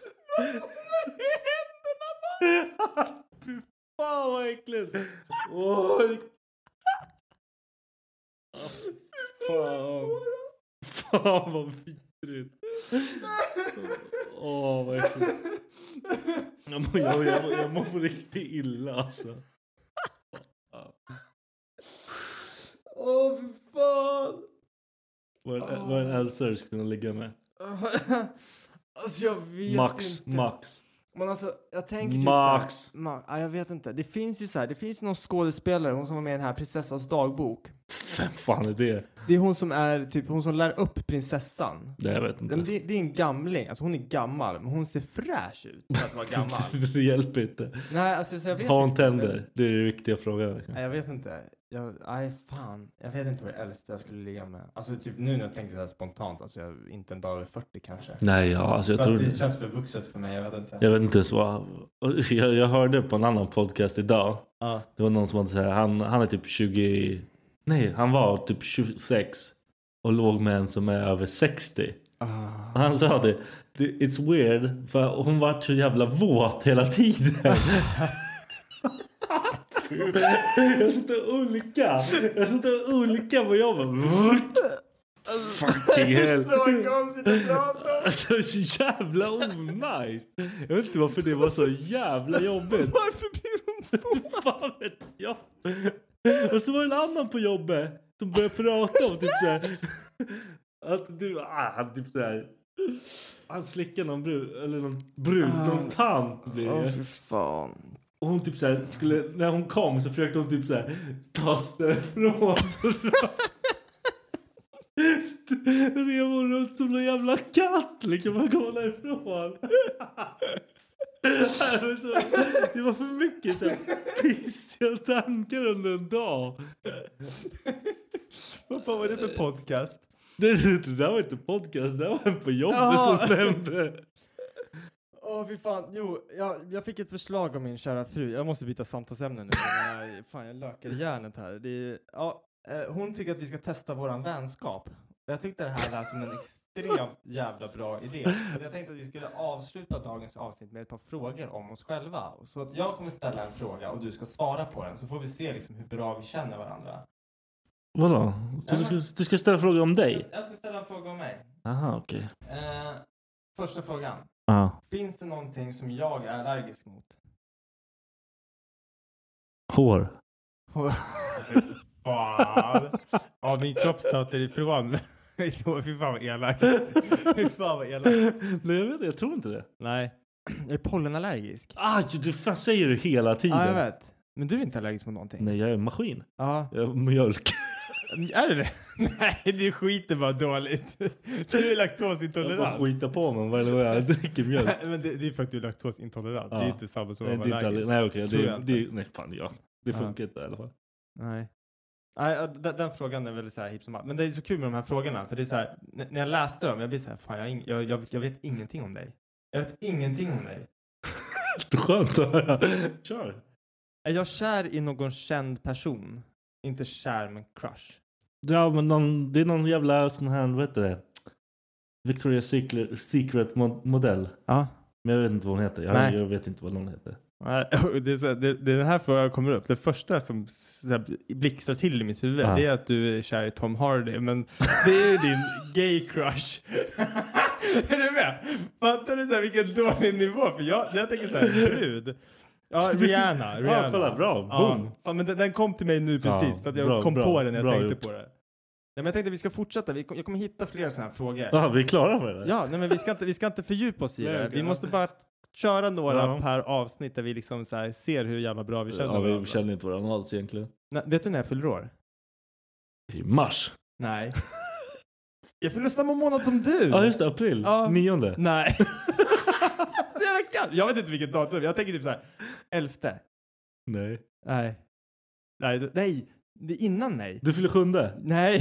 Fy fan vad äckligt. Oj. Fan. Fan vad vidrigt. Åh, vad äckligt. Jag mår, jag, jag, jag mår riktigt illa alltså. Åh, oh, för fan. Vad oh. en hälsare skulle kunna ligga med? Alltså jag vet Max, inte. Max. Men alltså, jag tänker typ Max. Så här, ma- ja, jag vet inte. Det finns ju så här, det finns ju någon skådespelare, hon som var med i den här Prinsessans dagbok. Vem fan är det? Det är hon som är typ, hon som lär upp prinsessan. Det jag vet inte. Det, det är en gamling, alltså hon är gammal, men hon ser fräsch ut för att vara gammal. Det hjälper inte. Nej, alltså så jag vet Har hon inte. tänder? Det är det viktiga frågan. Nej, jag vet inte. Jag, nej, fan. Jag vet inte vad det äldsta jag skulle ligga med. Alltså typ nu när jag tänker så här spontant, alltså jag inte en dag över fyrtio kanske. Nej, ja, alltså jag tror... Det känns för vuxet för mig, jag vet inte. Jag vet inte så. Jag, jag hörde på en annan podcast idag. Ah. Det var någon som hade sagt, han, han är typ tjugo... Nej, han var typ tjugosex och låg med en som är över sextio. Ah. Och han sa det, it's weird, för hon var så jävla våt hela tiden. Jag sitter olika. Jag sitter olika på jobbet. Fucking hell. Det är så konstigt att prata om. Alltså så jävla onajs. Jag vet inte varför det var så jävla jobbigt. Varför blir hon så? Fan vet jag. Och så var det en annan på jobbet som började prata om typ såhär. Att du, ah, han typ såhär. Han slickar någon brud, eller någon brud, ah. någon tant blir det. Åh, för fan. Och hon typ såhär, skulle, när hon kom så försökte hon typ såhär ta sig därifrån. Så rev hon runt som någon jävla katt. Liksom man kommer därifrån. Det var, så, det var för mycket såhär pissiga tankar under en dag. Vad fan var det för podcast? Det, det, det där var inte podcast, det där var en på jobbet ja. Som nämnde. Åh, oh, fy fan. Jo, jag, jag fick ett förslag av min kära fru. Jag måste byta samtalsämne nu. jag, fan, jag lökar i hjärnet här. Det är, ja, hon tycker att vi ska testa våran vänskap. Jag tyckte det här var som en extremt jävla bra idé. Så jag tänkte att vi skulle avsluta dagens avsnitt med ett par frågor om oss själva. Så att jag kommer ställa en fråga och du ska svara på den. Så får vi se liksom hur bra vi känner varandra. Vadå? Så du, ska, du ska ställa frågor om dig? Jag ska ställa en fråga om mig. Aha, okej. Okay. Eh, första frågan. Ah. Finns det någonting som jag är allergisk mot? Hår. Hår. Fan. Ja, min kropp stöter ifrån. Fy fan vad elak. Fy fan vad elak. Nej, jag vet jag tror inte det. Nej. Jag är pollenallergisk. Ah, du fan säger du hela tiden. Ja, jag vet. Men du är inte allergisk mot någonting. Nej, jag är en maskin. Ja. Jag är mjölk. Är det det? Nej, det skiter bara dåligt. Du är laktosintolerant. Jag får skita på mig vad jag dricker mjölk. Men det, det är för att du är laktosintolerant. Ja. Det är inte samma som att vara allergisk. Nej, okej. Okay. Det, det, nej, fan ja. Det funkar ja. inte i alla fall. Nej. Nej, den, den frågan är väl så här hip som allt. Men det är så kul med de här frågorna. För det är så här, n- när jag läste dem, jag blir så här, fan, jag, jag, jag vet ingenting om dig. Jag vet ingenting om dig. Det är skönt att höra. Kör. Är jag kär i någon känd person? Inte kär, men crush. Ja, men någon, det är någon jävla sån här, vad heter det? Victoria's Secret, Secret modell. Ja. Men jag vet inte vad hon heter. Jag, jag vet inte vad någon heter. Det är, så, det, det är den här frågan kommer upp. Det första som så här, blixtrar till i mitt huvud ah. det är att du är kär i Tom Hardy. Men det är ju din gay crush. Är du med? Fattar du så här, vilken dålig nivå? För jag, jag tänker så här, brud. Ja, Rihanna. Rihanna. Ja, kolla, bra. Boom. Ja, fan, men den, den kom till mig nu precis. Ja, för att jag bra, kom bra, på den när jag tänkte gjort. på det. Nej, men jag tänkte att vi ska fortsätta. Vi, jag kommer hitta fler sådana här frågor. Ja, vi är klara för det. Ja, nej, men vi ska inte, vi ska inte fördjupa oss i det. Nej, vi måste bara köra några ja. per avsnitt där vi liksom så här ser hur jävla bra vi känner ja, varandra. Vi känner inte varandra alls egentligen. Nej, vet du när jag fyller år? I mars. Nej. Jag fyller samma månad som du. Ja, just det. April. Ja. Nionde. Nej. Så jag, kan. jag vet inte vilket datum. Jag tänker typ så här. Elfte. Nej. Nej. Nej, nej. Det är innan mig. Du fyller sjunde? Nej.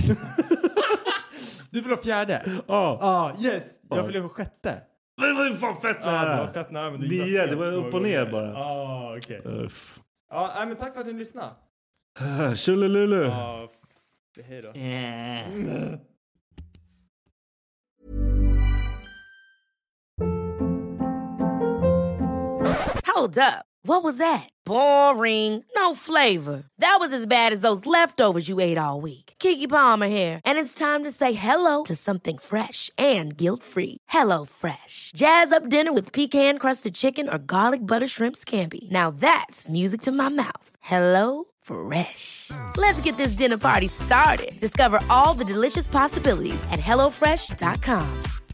Du fyller fjärde? Ja. Ja, ah, yes. Jag ah. fyller sjätte. Men det var ju fan fett nära. Ja, det var fett nära. Men du Nio, det var upp och ner bara. Ja, ah, okej. Okay. Ja, nej, men tack för att du lyssnade. Tjolilulu. Ja, hej då. Yeah. Hold up. What was that? Boring. No flavor. That was as bad as those leftovers you ate all week. Keke Palmer here, and it's time to say hello to something fresh and guilt-free. Hello Fresh. Jazz up dinner with pecan-crusted chicken or garlic butter shrimp scampi. Now that's music to my mouth. Hello Fresh. Let's get this dinner party started. Discover all the delicious possibilities at hello fresh dot com.